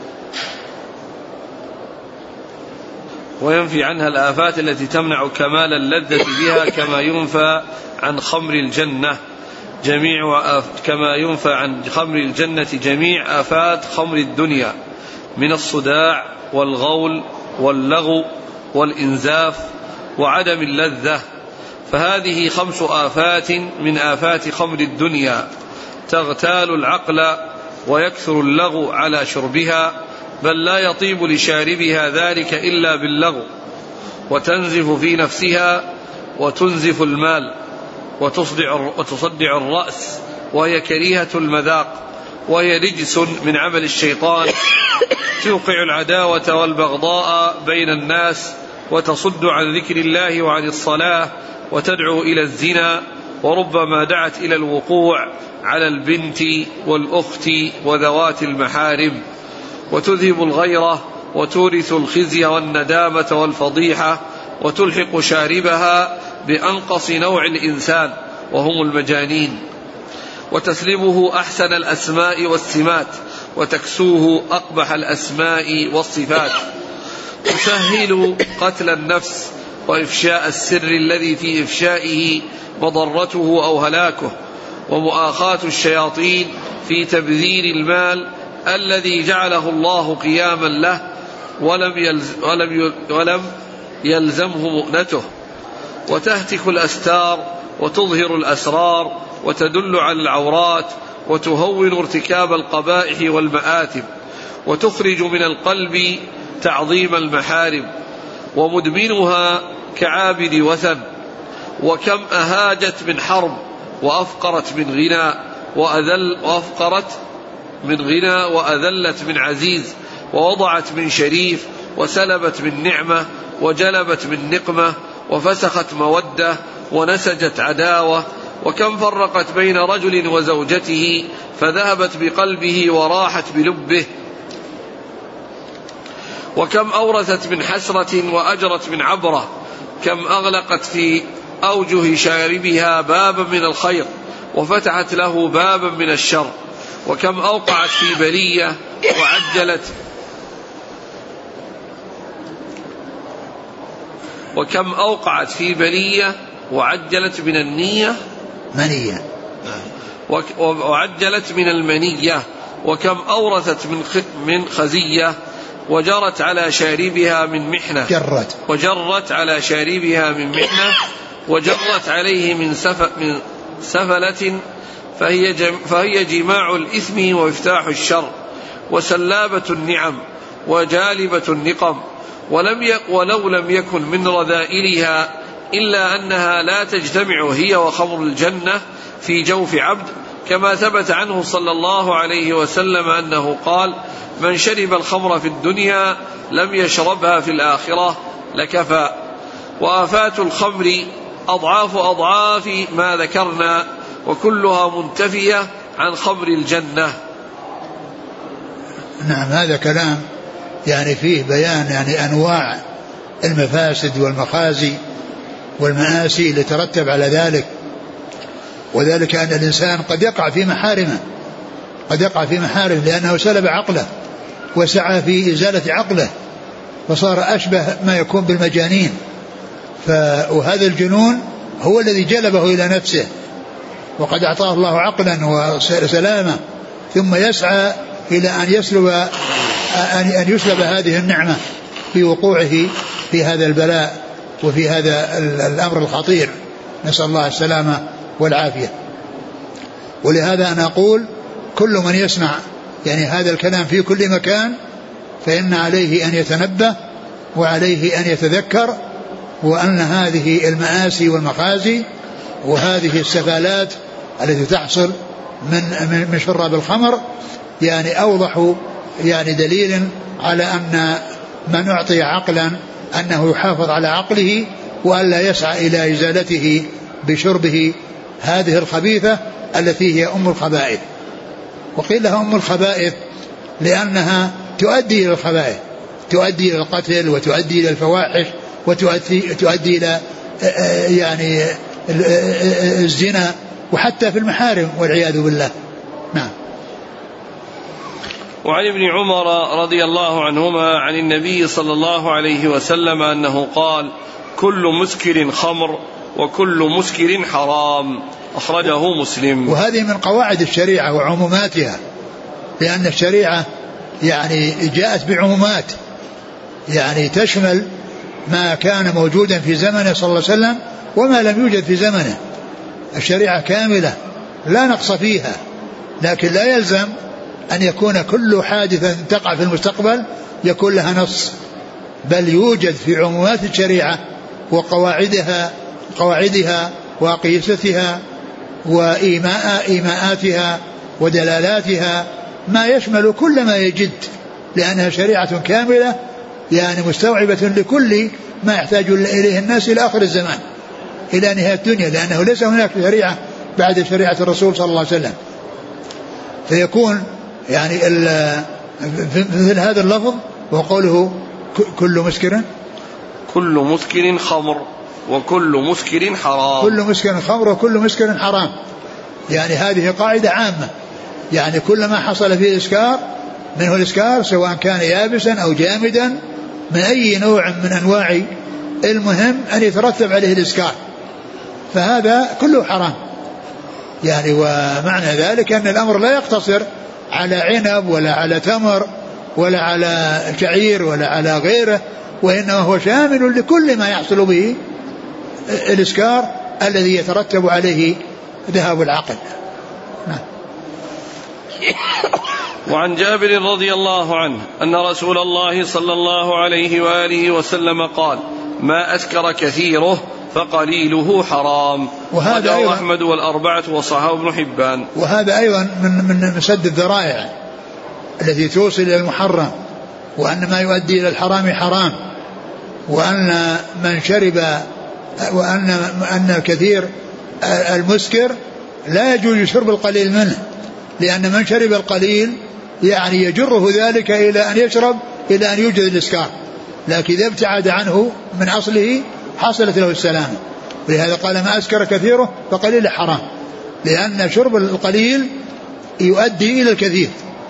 وينفي عنها الآفات التي تمنع كمال اللذة بها، كما ينفى عن خمر الجنة جميع آف كما ينفى عن خمر الجنة جميع آفات خمر الدنيا من الصداع والغول واللغو والإنزاف وعدم اللذة. فهذه خمس آفات من آفات خمر الدنيا تغتال العقل ويكثر اللغو على شربها، بل لا يطيب لشاربها ذلك إلا باللغو. وتنزف في نفسها وتنزف المال وتصدع, وتصدع الرأس، وهي كريهة المذاق، وهي رجس من عمل الشيطان، توقع العداوة والبغضاء بين الناس، وتصد عن ذكر الله وعن الصلاة، وتدعو إلى الزنا، وربما دعت إلى الوقوع على البنت والأخت وذوات المحارم، وتذهب الغيرة، وتورث الخزي والندامة والفضيحة، وتلحق شاربها بأنقص نوع الإنسان وهم المجانين، وتسلبه أحسن الأسماء والسمات، وتكسوه أقبح الأسماء والصفات، تسهل قتل النفس وإفشاء السر الذي في إفشائه مضرته أو هلاكه، ومؤاخاة الشياطين في تبذير المال الذي جعله الله قياما له ولم, يلز ولم, ولم يلزمه مؤنته، وتهتك الأستار وتظهر الأسرار، وتدل على العورات، وتهون ارتكاب القبائح والمآثم، وتخرج من القلب تعظيم المحارم، ومدمنها كعابد وثن. وكم أهاجت من حرب، وأفقرت من غنى وأذل وأفقرت من غنى وأذلت من عزيز، ووضعت من شريف، وسلبت من نعمة، وجلبت من نقمة، وفسخت مودة، ونسجت عداوة. وكم فرقت بين رجل وزوجته فذهبت بقلبه وراحت بلبه. وكم أورثت من حسرة وأجرت من عبرة. كم أغلقت في أوجه شاربها بابا من الخير وفتحت له بابا من الشر. وكم أوقعت في بلية وعجلت وكم أوقعت في بلية وعجلت من النية منية وعجلت من المنية. وكم أورثت من خزية وجرت على شاربها من محنة جرت وجرت على شاربها من محنة وجرت عليه من من سفلة، فهي فهي جماع الإثم ومفتاح الشر، وسلابة النعم وجالبة النقم. ولم ي... ولو لم يكن من رذائلها إلا أنها لا تجتمع هي وخمر الجنة في جوف عبد، كما ثبت عنه صلى الله عليه وسلم أنه قال: من شرب الخمر في الدنيا لم يشربها في الآخرة لكفى. وآفات الخمر أضعاف أضعاف ما ذكرنا، وكلها منتفية عن خمر الجنة. نعم، هذا كلام يعني فيه بيان يعني أنواع المفاسد والمخازي والمآسي اللي ترتب على ذلك، وذلك أن الإنسان قد يقع في محارمه قد يقع في محارمه لأنه سلب عقله وسعى في إزالة عقله، فصار أشبه ما يكون بالمجانين. وهذا الجنون هو الذي جلبه إلى نفسه، وقد أعطاه الله عقلا وسلامة، ثم يسعى إلى أن يسلب أن يسلب هذه النعمة في وقوعه في هذا البلاء وفي هذا الأمر الخطير، نسأل الله السلامة والعافية. ولهذا أنا أقول كل من يسمع يعني هذا الكلام في كل مكان فإن عليه أن يتنبه وعليه أن يتذكر، وأن هذه المآسي والمخازي وهذه السفالات التي تحصل من من شراب الخمر يعني أوضح يعني دليل على أن من أعطي عقلا أنه يحافظ على عقله وألا يسعى إلى إزالته بشربه هذه الخبيثة التي هي أم الخبائث. وقيل لها أم الخبائث لأنها تؤدي إلى الخبائث، تؤدي إلى القتل وتؤدي إلى الفواحش وتؤدي تؤدي إلى يعني الزنا وحتى في المحارم والعياذ بالله. نعم. وعن ابن عمر رضي الله عنهما عن النبي صلى الله عليه وسلم أنه قال: كل مسكر خمر وكل مسكر حرام، أخرجه مسلم. وهذه من قواعد الشريعة وعموماتها، لأن الشريعة يعني جاءت بعمومات يعني تشمل ما كان موجودا في زمنه صلى الله عليه وسلم وما لم يوجد في زمنه. الشريعة كاملة لا نقص فيها، لكن لا يلزم أن يكون كل حادثة تقع في المستقبل يكون لها نص، بل يوجد في عمومات الشريعة وقواعدها قواعدها وقياستها وإيماء إيماءاتها ودلالاتها ما يشمل كل ما يجد، لأنها شريعة كاملة يعني مستوعبة لكل ما يحتاج إليه الناس إلى آخر الزمان إلى نهاية الدنيا، لأنه ليس هناك شريعة بعد شريعة الرسول صلى الله عليه وسلم. فيكون يعني مثل هذا اللفظ وقوله كل مسكر كل مسكر خمر وكل مسكر حرام كل مسكر خمر وكل مسكر حرام، يعني هذه قاعدة عامة، يعني كل ما حصل فيه إسكار منه الإسكار سواء كان يابسا أو جامدا من أي نوع من أنواع، المهم أن يترتب عليه الإسكار، فهذا كله حرام يعني. ومعنى ذلك أن الأمر لا يقتصر على عنب ولا على تمر ولا على شعير ولا على غيره، وإنما هو شامل لكل ما يحصل به الإسكار الذي يترتب عليه ذهاب العقل. وعن جابر رضي الله عنه أن رسول الله صلى الله عليه وآله وسلم قال: ما أسكر كثيره فقليله حرام. وهذا أيضا أحمد والأربعة وصححه ابن حبان. وهذا أيضا من من مسد الذرائع التي توصل إلى المحرم، وأن ما يؤدي إلى الحرام حرام، وأن من شرب وأن أن الكثير المسكر لا يجوز شرب القليل منه، لأن من شرب القليل يعني يجره ذلك إلى أن يشرب إلى أن يوجد الإسكار، لكن إذا ابتعد عنه من أصله حصلت له السلامة. ولهذا قال: ما أسكر كثيره فقليل حرام، لأن شرب القليل يؤدي إلى الكثير،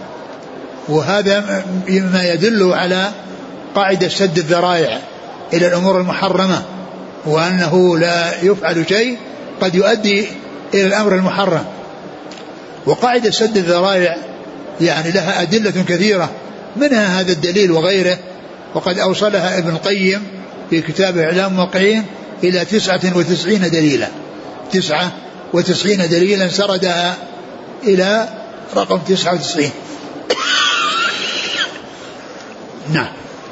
وهذا ما يدل على قاعدة سد الذرائع إلى الأمور المحرمة، وأنه لا يفعل شيء قد يؤدي إلى الأمر المحرم. وقاعدة سد الذرائع يعني لها أدلة كثيرة، منها هذا الدليل وغيره، وقد أوصلها ابن القيم في كتابه إعلام الموقعين إلى تسعة وتسعين دليلا تسعة وتسعين دليلا سردها إلى رقم تسعة وتسعين. نعم.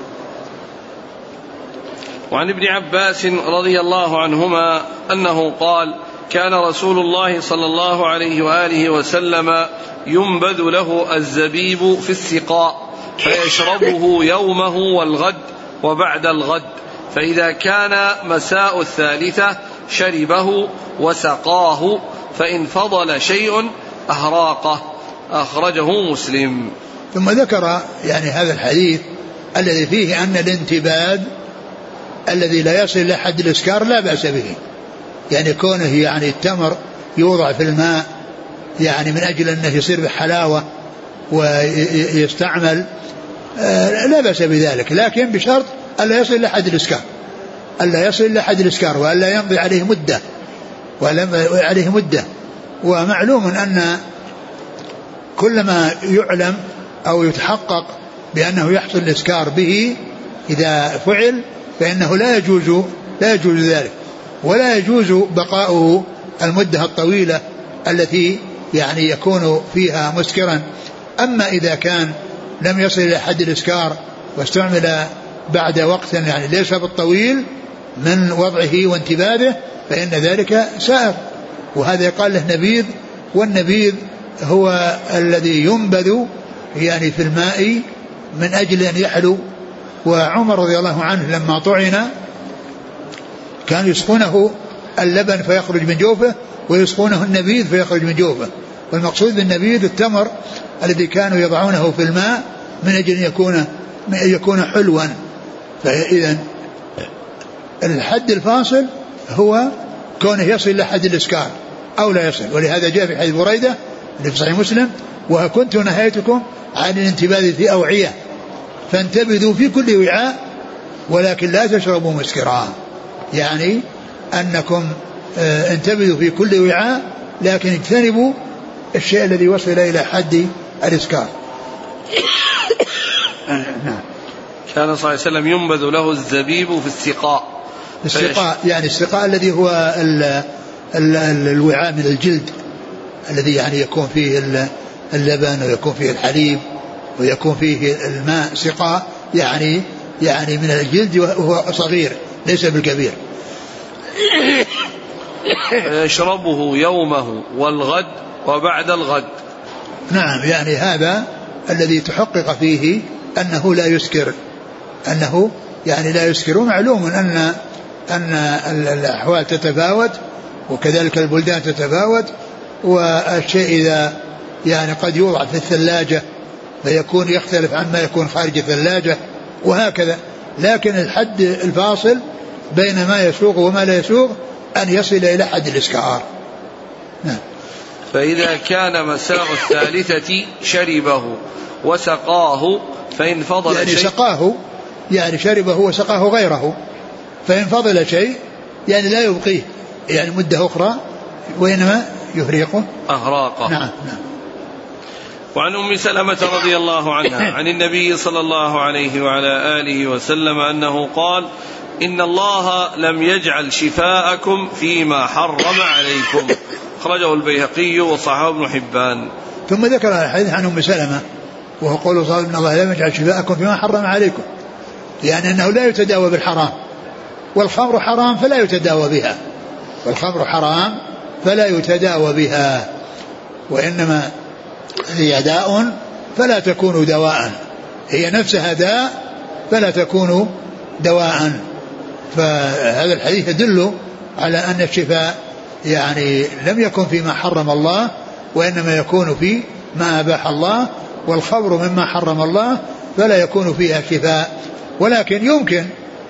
وعن ابن عباس رضي الله عنهما أنه قال: كان رسول الله صلى الله عليه وآله وسلم ينبذ له الزبيب في السقاء فيشربه يومه والغد وبعد الغد، فإذا كان مساء الثالثة شربه وسقاه، فإن فضل شيء أهراقه. أخرجه مسلم. ثم ذكر يعني هذا الحديث الذي فيه أن الانتباد الذي لا يصل إلى حد الإسكار لا بأس به، يعني كونه يعني التمر يوضع في الماء يعني من أجل أنه يصير بحلاوة ويستعمل لا بأس بذلك، لكن بشرط ألا يصل إلى حد الإسكار ألا يصل إلى حد الإسكار وألا يمضي عليه مدة ولا عليه مدة. ومعلوم أن كل ما يعلم أو يتحقق بأنه يحصل الإسكار به إذا فعل فإنه لا يجوز لا يجوز ذلك، ولا يجوز بقاؤه المدة الطويلة التي يعني يكون فيها مسكرا. أما إذا كان لم يصل إلى حد الإسكار واستعمل بعد وقت يعني ليس بالطويل من وضعه وانتباهه فإن ذلك سائر، وهذا يقال له نبيذ، والنبيذ هو الذي ينبذ يعني في الماء من أجل أن يحلو. وعمر رضي الله عنه لما طعن كان يسقونه اللبن فيخرج من جوفه ويسقونه النبيذ فيخرج من جوفه، والمقصود بالنبيذ التمر الذي كانوا يضعونه في الماء من أجل أن يكون يكون حلوا. فإذا الحد الفاصل هو كونه يصل إلى حد الإسكار أو لا يصل، ولهذا جاء في حديث بريدة اللي في صحيح مسلم: وكنت نهيتكم عن الانتباذ في أوعية فانتبذوا في كل وعاء ولكن لا تشربوا مسكرا، يعني أنكم انتبذوا في كل وعاء لكن اجتنبوا الشيء الذي وصل إلى حد الإسكار. نعم. كان صلى الله عليه وسلم ينبذ له الزبيب في السقاء. السقاء يعني السقاء الذي هو ال ال ال الوعاء من الجلد الذي يعني يكون فيه اللبن ويكون فيه الحليب ويكون فيه الماء. سقاء يعني يعني من الجلد وهو صغير ليس بالكبير. يشربه يومه والغد وبعد الغد. نعم يعني هذا الذي تحقق فيه أنه لا يسكر، أنه يعني لا يسكر. ومعلوم أن أن الأحوال تتفاوت وكذلك البلدان تتفاوت، والشيء إذا يعني قد يوضع في الثلاجة فيكون يختلف عما يكون خارج الثلاجة وهكذا. لكن الحد الفاصل بين ما يسوغ وما لا يسوغ أن يصل إلى حد الإسكار. نعم. فإذا كان مساء الثالثة شربه وسقاه فإن فضل يعني شيء، سقاه يعني شربه وسقاه غيره، فإن فضل شيء يعني لا يبقيه يعني مدة أخرى وإنما يهريقه أهراقه. نعم نعم. وعن أم سلمة رضي الله عنها عن النبي صلى الله عليه وعلى آله وسلم أنه قال: إن الله لم يجعل شفاءكم فيما حرم عليكم. أخرجه البيهقي وصححه ابن حبان. ثم ذكر الحديث عن أم سلمة وهو قول صلى الله عليه وسلم: إن الله لم يجعل شفاءكم فيما حرم عليكم، يعني أنه لا يتداوى بالحرام، والخمر حرام فلا يتداوى بها، والخمر حرام فلا يتداوى بها، وإنما هي داء فلا تكون دواء، هي نفسها داء فلا تكون دواء. فهذا الحديث يدل على أن الشفاء يعني لم يكن فيما حرم الله وإنما يكون في ما أباح الله، والخمر مما حرم الله فلا يكون فيها شفاء. ولكن يمكن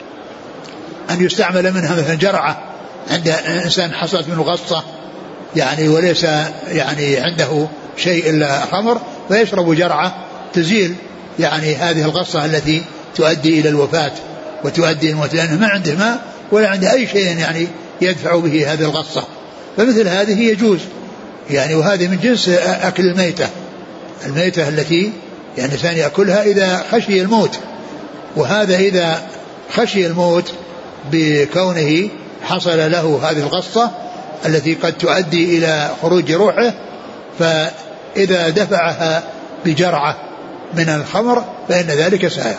أن يستعمل منها مثلا جرعة عند إنسان حصلت منه غصة يعني وليس يعني عنده شيء إلا خمر، فيشرب جرعة تزيل يعني هذه الغصة التي تؤدي إلى الوفاة وتؤدي إلى الموت، لأنه ما عنده ماء ولا عنده أي شيء يعني يدفع به هذه الغصة. فمثل هذه يجوز يعني، وهذه من جنس أكل الميتة، الميتة التي يعني الإنسان يأكلها إذا خشي الموت، وهذا إذا خشي الموت بكونه حصل له هذه الغصة التي قد تؤدي إلى خروج روحه، فإذا دفعها بجرعة من الخمر فإن ذلك سائغ.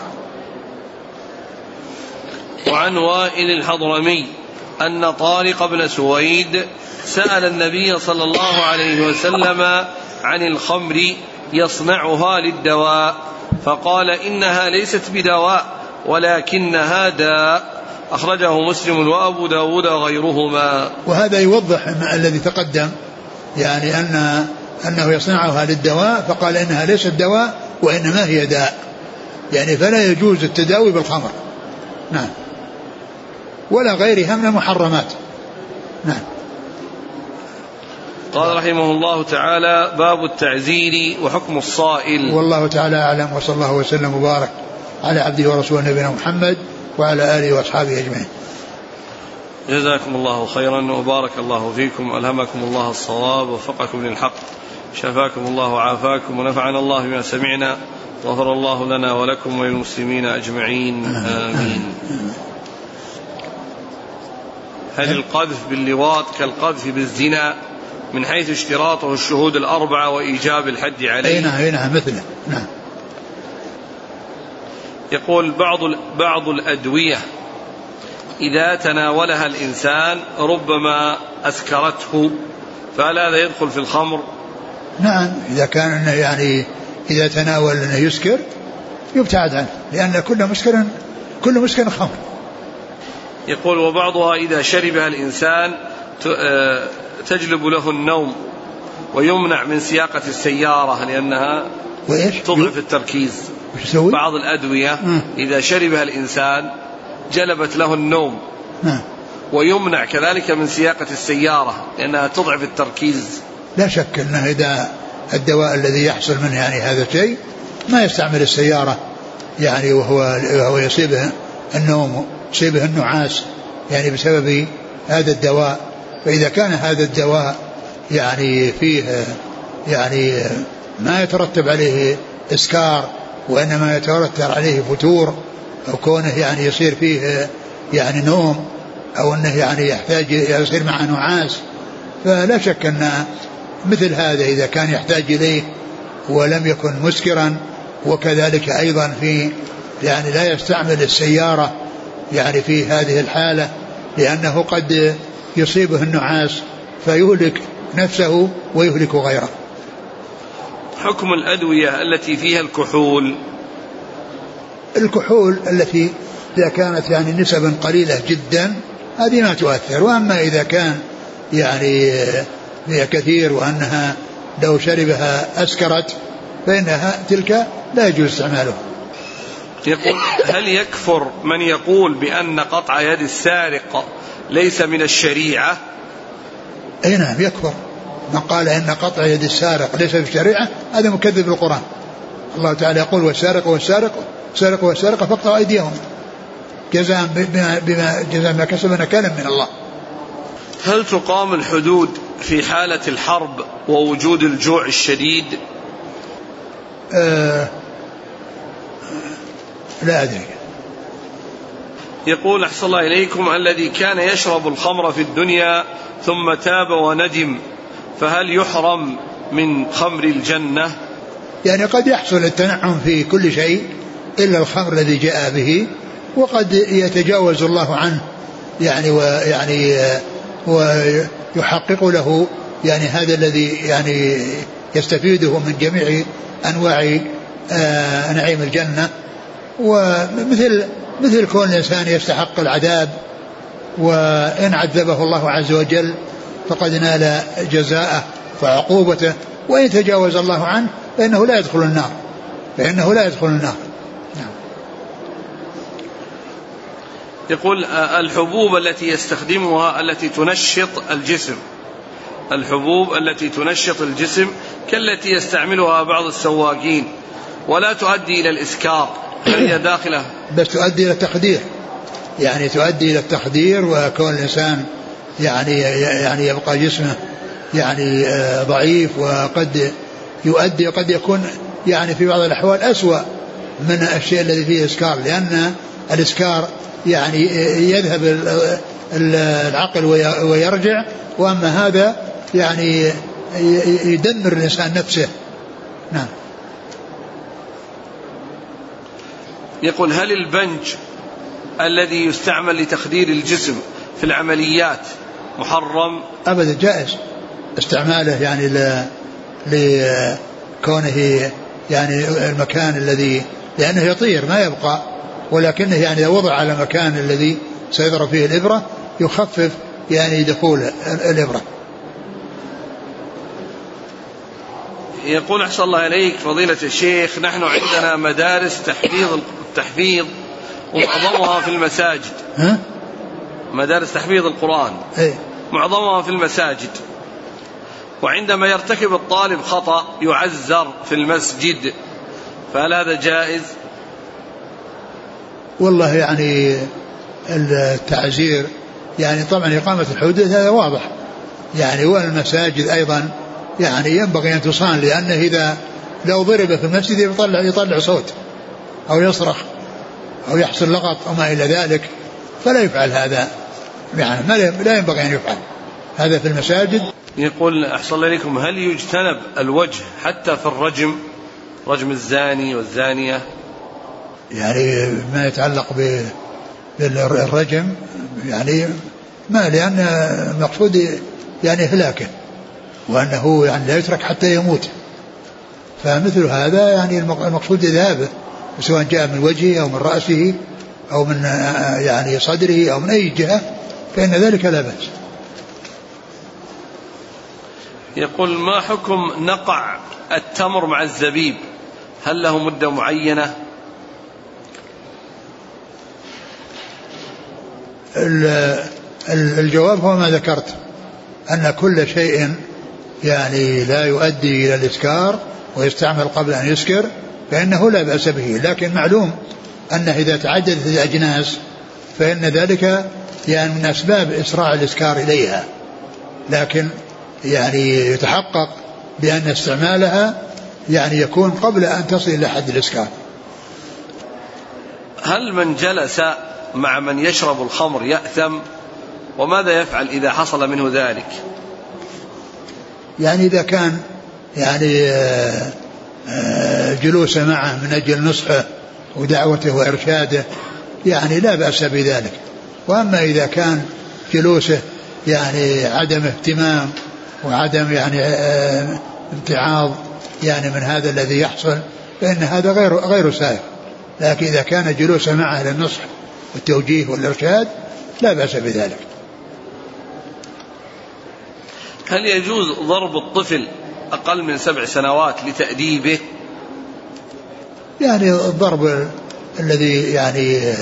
وعن وائل الحضرمي أن طارق بن سويد سأل النبي صلى الله عليه وسلم عن الخمر يصنعها للدواء، فقال: إنها ليست بدواء ولكنها داء. أخرجه مسلم وأبو داود وغيرهما. وهذا يوضح الذي تقدم، يعني أن أنه يصنعها للدواء، فقال إنها ليست دواء وإنما هي داء، يعني فلا يجوز التداوي بالخمر. نعم. ولا غيرها من المحرمات. نعم. قال رحمه الله تعالى: باب التعزير وحكم الصائل. والله تعالى أعلم، وصلى الله وسلم وبارك على عبده ورسوله نبينا محمد وعلى آله وأصحابه أجمعين. جزاكم الله خيرا وبارك الله فيكم، ألهمكم الله الصواب ووفقكم للحق، شفاكم الله وعافاكم، ونفعنا الله بما سمعنا، غفر الله لنا ولكم وللمسلمين أجمعين، آمين. هل القذف باللواط كالقذف بالزنا من حيث اشتراطه الشهود الأربعة وإيجاب الحد عليه؟ نعم نعم مثله. نعم. يقول: بعض بعض الأدوية إذا تناولها الإنسان ربما أسكرته، فهل هذا يدخل في الخمر؟ نعم، إذا كان يعني إذا تناول أنه يسكر يبتعد عنه، لأن كل مسكر كل مسكر خمر. يقول: وبعضها إذا شربها الإنسان تجلب له النوم ويمنع من سياقة السيارة لأنها تضعف التركيز. بعض الأدوية م. إذا شربها الإنسان جلبت له النوم م. ويمنع كذلك من سياقة السيارة لأنها تضعف التركيز. لا شك أنه إذا الدواء الذي يحصل منه يعني هذا الشيء ما يستعمل السيارة يعني وهو, وهو يصيبه النوم يصيبه النعاس يعني بسبب هذا الدواء. فإذا كان هذا الدواء يعني فيه يعني ما يترتب عليه إسكار وإنما يترتب عليه فتور أو كونه يعني يصير فيه يعني نوم أو أنه يعني يحتاج يصير معه نعاس، فلا شك أن مثل هذا إذا كان يحتاج إليه ولم يكن مسكرا، وكذلك أيضا في يعني لا يستعمل السيارة يعني في هذه الحالة، لأنه قد يصيبه النعاس فيهلك نفسه ويهلك غيره. حكم الأدوية التي فيها الكحول؟ الكحول التي إذا كانت يعني نسبا قليلة جدا هذه ما تؤثر، وأما إذا كان يعني فيها كثير وأنها لو شربها أسكرت فإنها تلك لا يجوز استعماله. يقول هل يكفر من يقول بأن قطع يد السارق ليس من الشريعة؟ أي نعم يكفر من قال إن قطع يد السارق ليس في الشريعة، هذا مكذب بالقرآن. الله تعالى يقول والسارق والسارق سارق والسارقة فاقطعوا أيديهم جزاء بما, بما جزاء ما كسب نكالا من الله. هل تقام الحدود في حالة الحرب ووجود الجوع الشديد؟ آه لا أدري. يقول أحسن الله إليكم الذي كان يشرب الخمر في الدنيا ثم تاب وندم فهل يحرم من خمر الجنة؟ يعني قد يحصل التنعم في كل شيء إلا الخمر الذي جاء به، وقد يتجاوز الله عنه يعني ويعني ويحقق له يعني هذا الذي يعني يستفيده من جميع أنواع نعيم الجنة. ومثل مثل كون الإنسان يستحق العذاب، وإن عذبه الله عز وجل فقد نال جزاءه وعقوبته، وإن تجاوز الله عنه فإنه لا يدخل النار فإنه لا يدخل النار. نعم. يقول الحبوب التي يستخدمها التي تنشط الجسم الحبوب التي تنشط الجسم كالتي يستعملها بعض السواقين ولا تؤدي إلى الإسكار، هل هي داخلة؟ بس تؤدي إلى التخدير، يعني تؤدي إلى التخدير، وكون الإنسان يعني يعني يبقى جسمه يعني ضعيف، وقد يؤدي قد يكون يعني في بعض الأحوال أسوأ من الشيء الذي فيه إسكار، لأن الإسكار يعني يذهب العقل ويرجع، وأما هذا يعني يدمر الإنسان نفسه. نعم. يقول هل البنج الذي يستعمل لتخدير الجسم في العمليات محرم؟ أبدا جائز استعماله، يعني لكونه يعني المكان الذي لأنه يطير ما يبقى، ولكنه يعني وضع على مكان الذي سيضرب فيه الإبرة يخفف يعني دخول الإبرة. يقول أحسن الله إليك فضيلة الشيخ نحن عندنا مدارس تحفيظ التحفيظ ومعظمها في المساجد. ها؟ مدارس تحفيظ القرآن ايه؟ معظمها في المساجد، وعندما يرتكب الطالب خطأ يعزر في المسجد، فهل هذا جائز؟ والله يعني التعزير يعني طبعا إقامة الحدود هذا واضح يعني، والمساجد أيضا يعني ينبغي أن تصان، لأنه إذا لو ضرب في المسجد يطلع, يطلع صوت أو يصرخ أو يحصل لغط أو ما إلى ذلك، فلا يفعل هذا، يعني لا ينبغي أن يفعل هذا في المساجد. يقول أحسن الله إليكم هل يجتنب الوجه حتى في الرجم، رجم الزاني والزانية؟ يعني ما يتعلق بالرجم يعني ما، لأن المقصود يعني هلاكه، وأنه يعني لا يترك حتى يموت، فمثل هذا يعني المقصود ذهابه، سواء جاء من وجهه أو من رأسه أو من يعني صدره أو من أي جهة فإن ذلك لا بأس. يقول ما حكم نقع التمر مع الزبيب، هل له مدة معينة؟ الجواب هو ما ذكرت، أن كل شيء يعني لا يؤدي إلى الإسكار ويستعمل قبل أن يسكر فإنه لا بأس به، لكن معلوم أنه إذا تعددت الأجناس فإن ذلك يعني من أسباب إسراع الإسكار إليها، لكن يعني يتحقق بأن استعمالها يعني يكون قبل أن تصل إلى حد الإسكار. هل من جلس مع من يشرب الخمر يأثم، وماذا يفعل إذا حصل منه ذلك؟ يعني إذا كان يعني جلوس معه من أجل نصحه ودعوته وإرشاده يعني لا بأس بذلك. وأما إذا كان جلوسه يعني عدم اهتمام وعدم يعني امتعاض يعني من هذا الذي يحصل فإن هذا غير غير سائغ. لكن إذا كان جلوسه معه للنصح والتوجيه والإرشاد لا بأس بذلك. هل يجوز ضرب الطفل أقل من سبع سنوات لتأديبه؟ يعني الضرب الذي يعني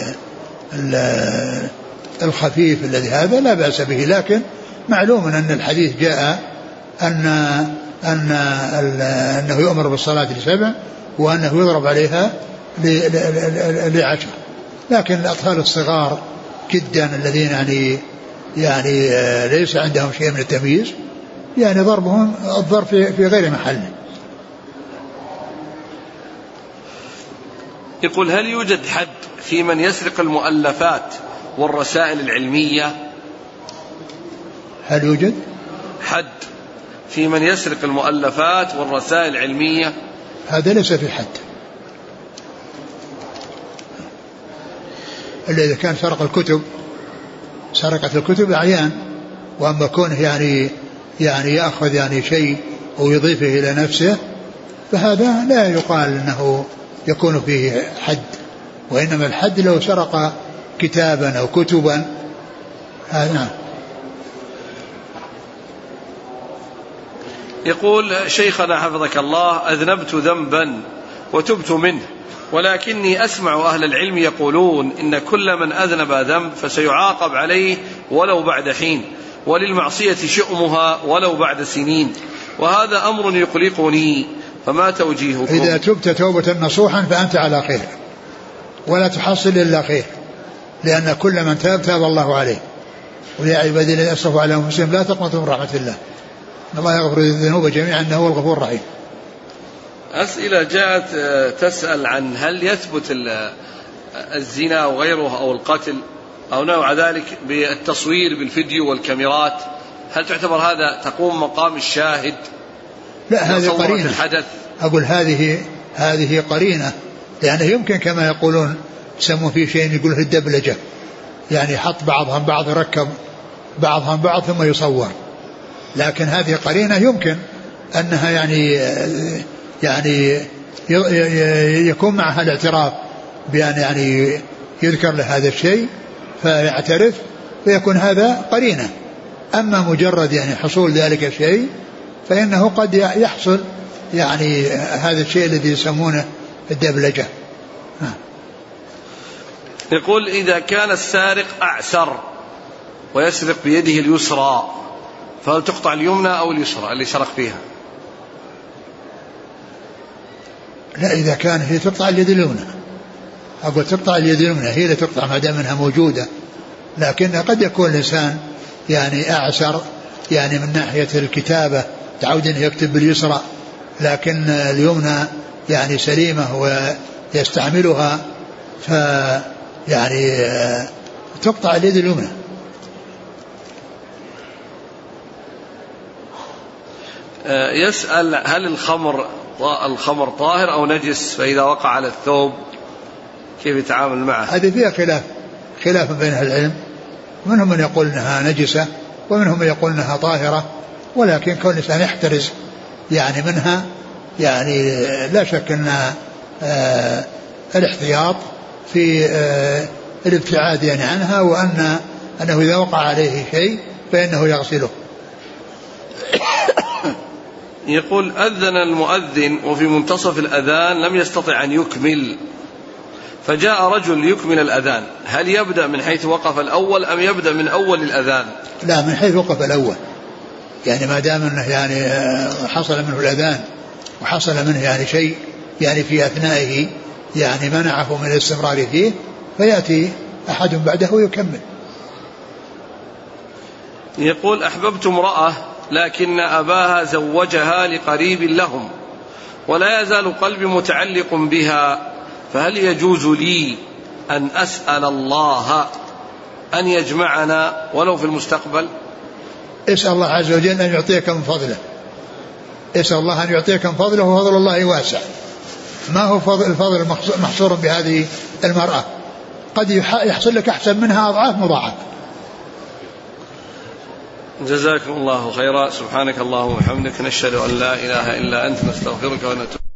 الخفيف الذي هذا لا بأس به، لكن معلوم أن الحديث جاء أن أن أنه يؤمر بالصلاة لسبع وأنه يضرب عليها لعشر. لكن الأطفال الصغار جدا الذين يعني يعني ليس عندهم شيء من التمييز يعني ضربهم الضرب في غير محله. يقول هل يوجد حد في من يسرق المؤلفات والرسائل العلمية؟ هل يوجد حد في من يسرق المؤلفات والرسائل العلمية؟ هذا ليس في حد إلا إذا كان سرق الكتب، سرقة الكتب أعيان. وأما كونه يعني يعني يأخذ يعني شيء ويضيفه إلى نفسه فهذا لا يقال أنه يكون فيه حد، وإنما الحد لو سرق كتابا أو كتبا. هذا يقول شيخنا حفظك الله أذنبت ذنبا وتبت منه، ولكني أسمع أهل العلم يقولون إن كل من أذنب ذنب فسيعاقب عليه ولو بعد حين، وللمعصية شؤمها ولو بعد سنين، وهذا أمر يقلقني، فما توجيهكم؟ إذا تبت توبة نصوحا فأنت على خير ولا تحصل إلا خير، لأن كل من تاب تاب الله عليه. ويا عبادي الذين أسرفوا على أنفسهم لا تقنطوا من رحمة الله إن الله يغفر الذنوب جميعا إنه هو الغفور الرحيم. أسئلة جاءت تسأل عن هل يثبت الزنا وغيره أو القتل أو نوع ذلك بالتصوير بالفيديو والكاميرات، هل تعتبر هذا تقوم مقام الشاهد؟ لا هذه قرينة الحدث. أقول هذه هذه قرينة، لأنه يمكن كما يقولون يسمون فيه شيء يقوله الدبلجة، يعني حط بعضهم بعض ركب بعضهم بعض ثم يصور. لكن هذه قرينة يمكن أنها يعني يعني يكون معها الاعتراف بأن يعني يذكر له هذا الشيء فيعترف فيكون هذا قرينة. أما مجرد يعني حصول ذلك الشيء فإنه قد يحصل يعني هذا الشيء الذي يسمونه الدبلجة. ها. يقول إذا كان السارق أعسر ويسرق بيده اليسرى فهل تقطع اليمنى أو اليسرى اللي سرق فيها؟ لا إذا كان هي تقطع اليد اليمنى، أقول تقطع اليد اليمنى هي اللي تقطع ما دام انها موجودة. لكن قد يكون الإنسان يعني أعسر يعني من ناحية الكتابة تعود أن يكتب باليسرى، لكن اليمنى يعني سليمة ويستعملها ف يعني تقطع اليد اليمنى. يسأل هل الخمر الخمر طاهر أو نجس، فإذا وقع على الثوب كيف يتعامل معه؟ هذه فيها خلاف خلاف بين أهل العلم، منهم من يقول أنها نجسة ومنهم من يقول أنها طاهرة، ولكن كون الإنسان يحترز يعني منها يعني لا شك أن آه الاحتياط في آه الابتعاد يعني عنها، وأن أنه إذا وقع عليه شيء فإنه يغسله. يقول أذن المؤذن وفي منتصف الأذان لم يستطع أن يكمل، فجاء رجل يكمل الأذان، هل يبدأ من حيث وقف الأول أم يبدأ من أول الأذان؟ لا من حيث وقف الأول، يعني ما دام أنه يعني حصل منه الأذان وحصل منه يعني شيء يعني في أثنائه يعني منعه من الاستمرار فيه فيأتي أحد بعده ويكمل. يقول أحببت امرأة لكن أباها زوجها لقريب لهم ولا يزال قلبي متعلق بها، فهل يجوز لي أن أسأل الله أن يجمعنا ولو في المستقبل؟ اسأل الله عز وجل أن يعطيك من فضله، اسأل الله أن يعطيك من فضله وفضل الله واسع. ما هو فضل الفضل محصور بهذه المرأة، قد يحصل لك أحسن منها أضعاف مضاعف. جزاكم الله خيرا. سبحانك اللهم وبحمدك، نشهد أن لا إله إلا أنت، نستغفرك ونتوب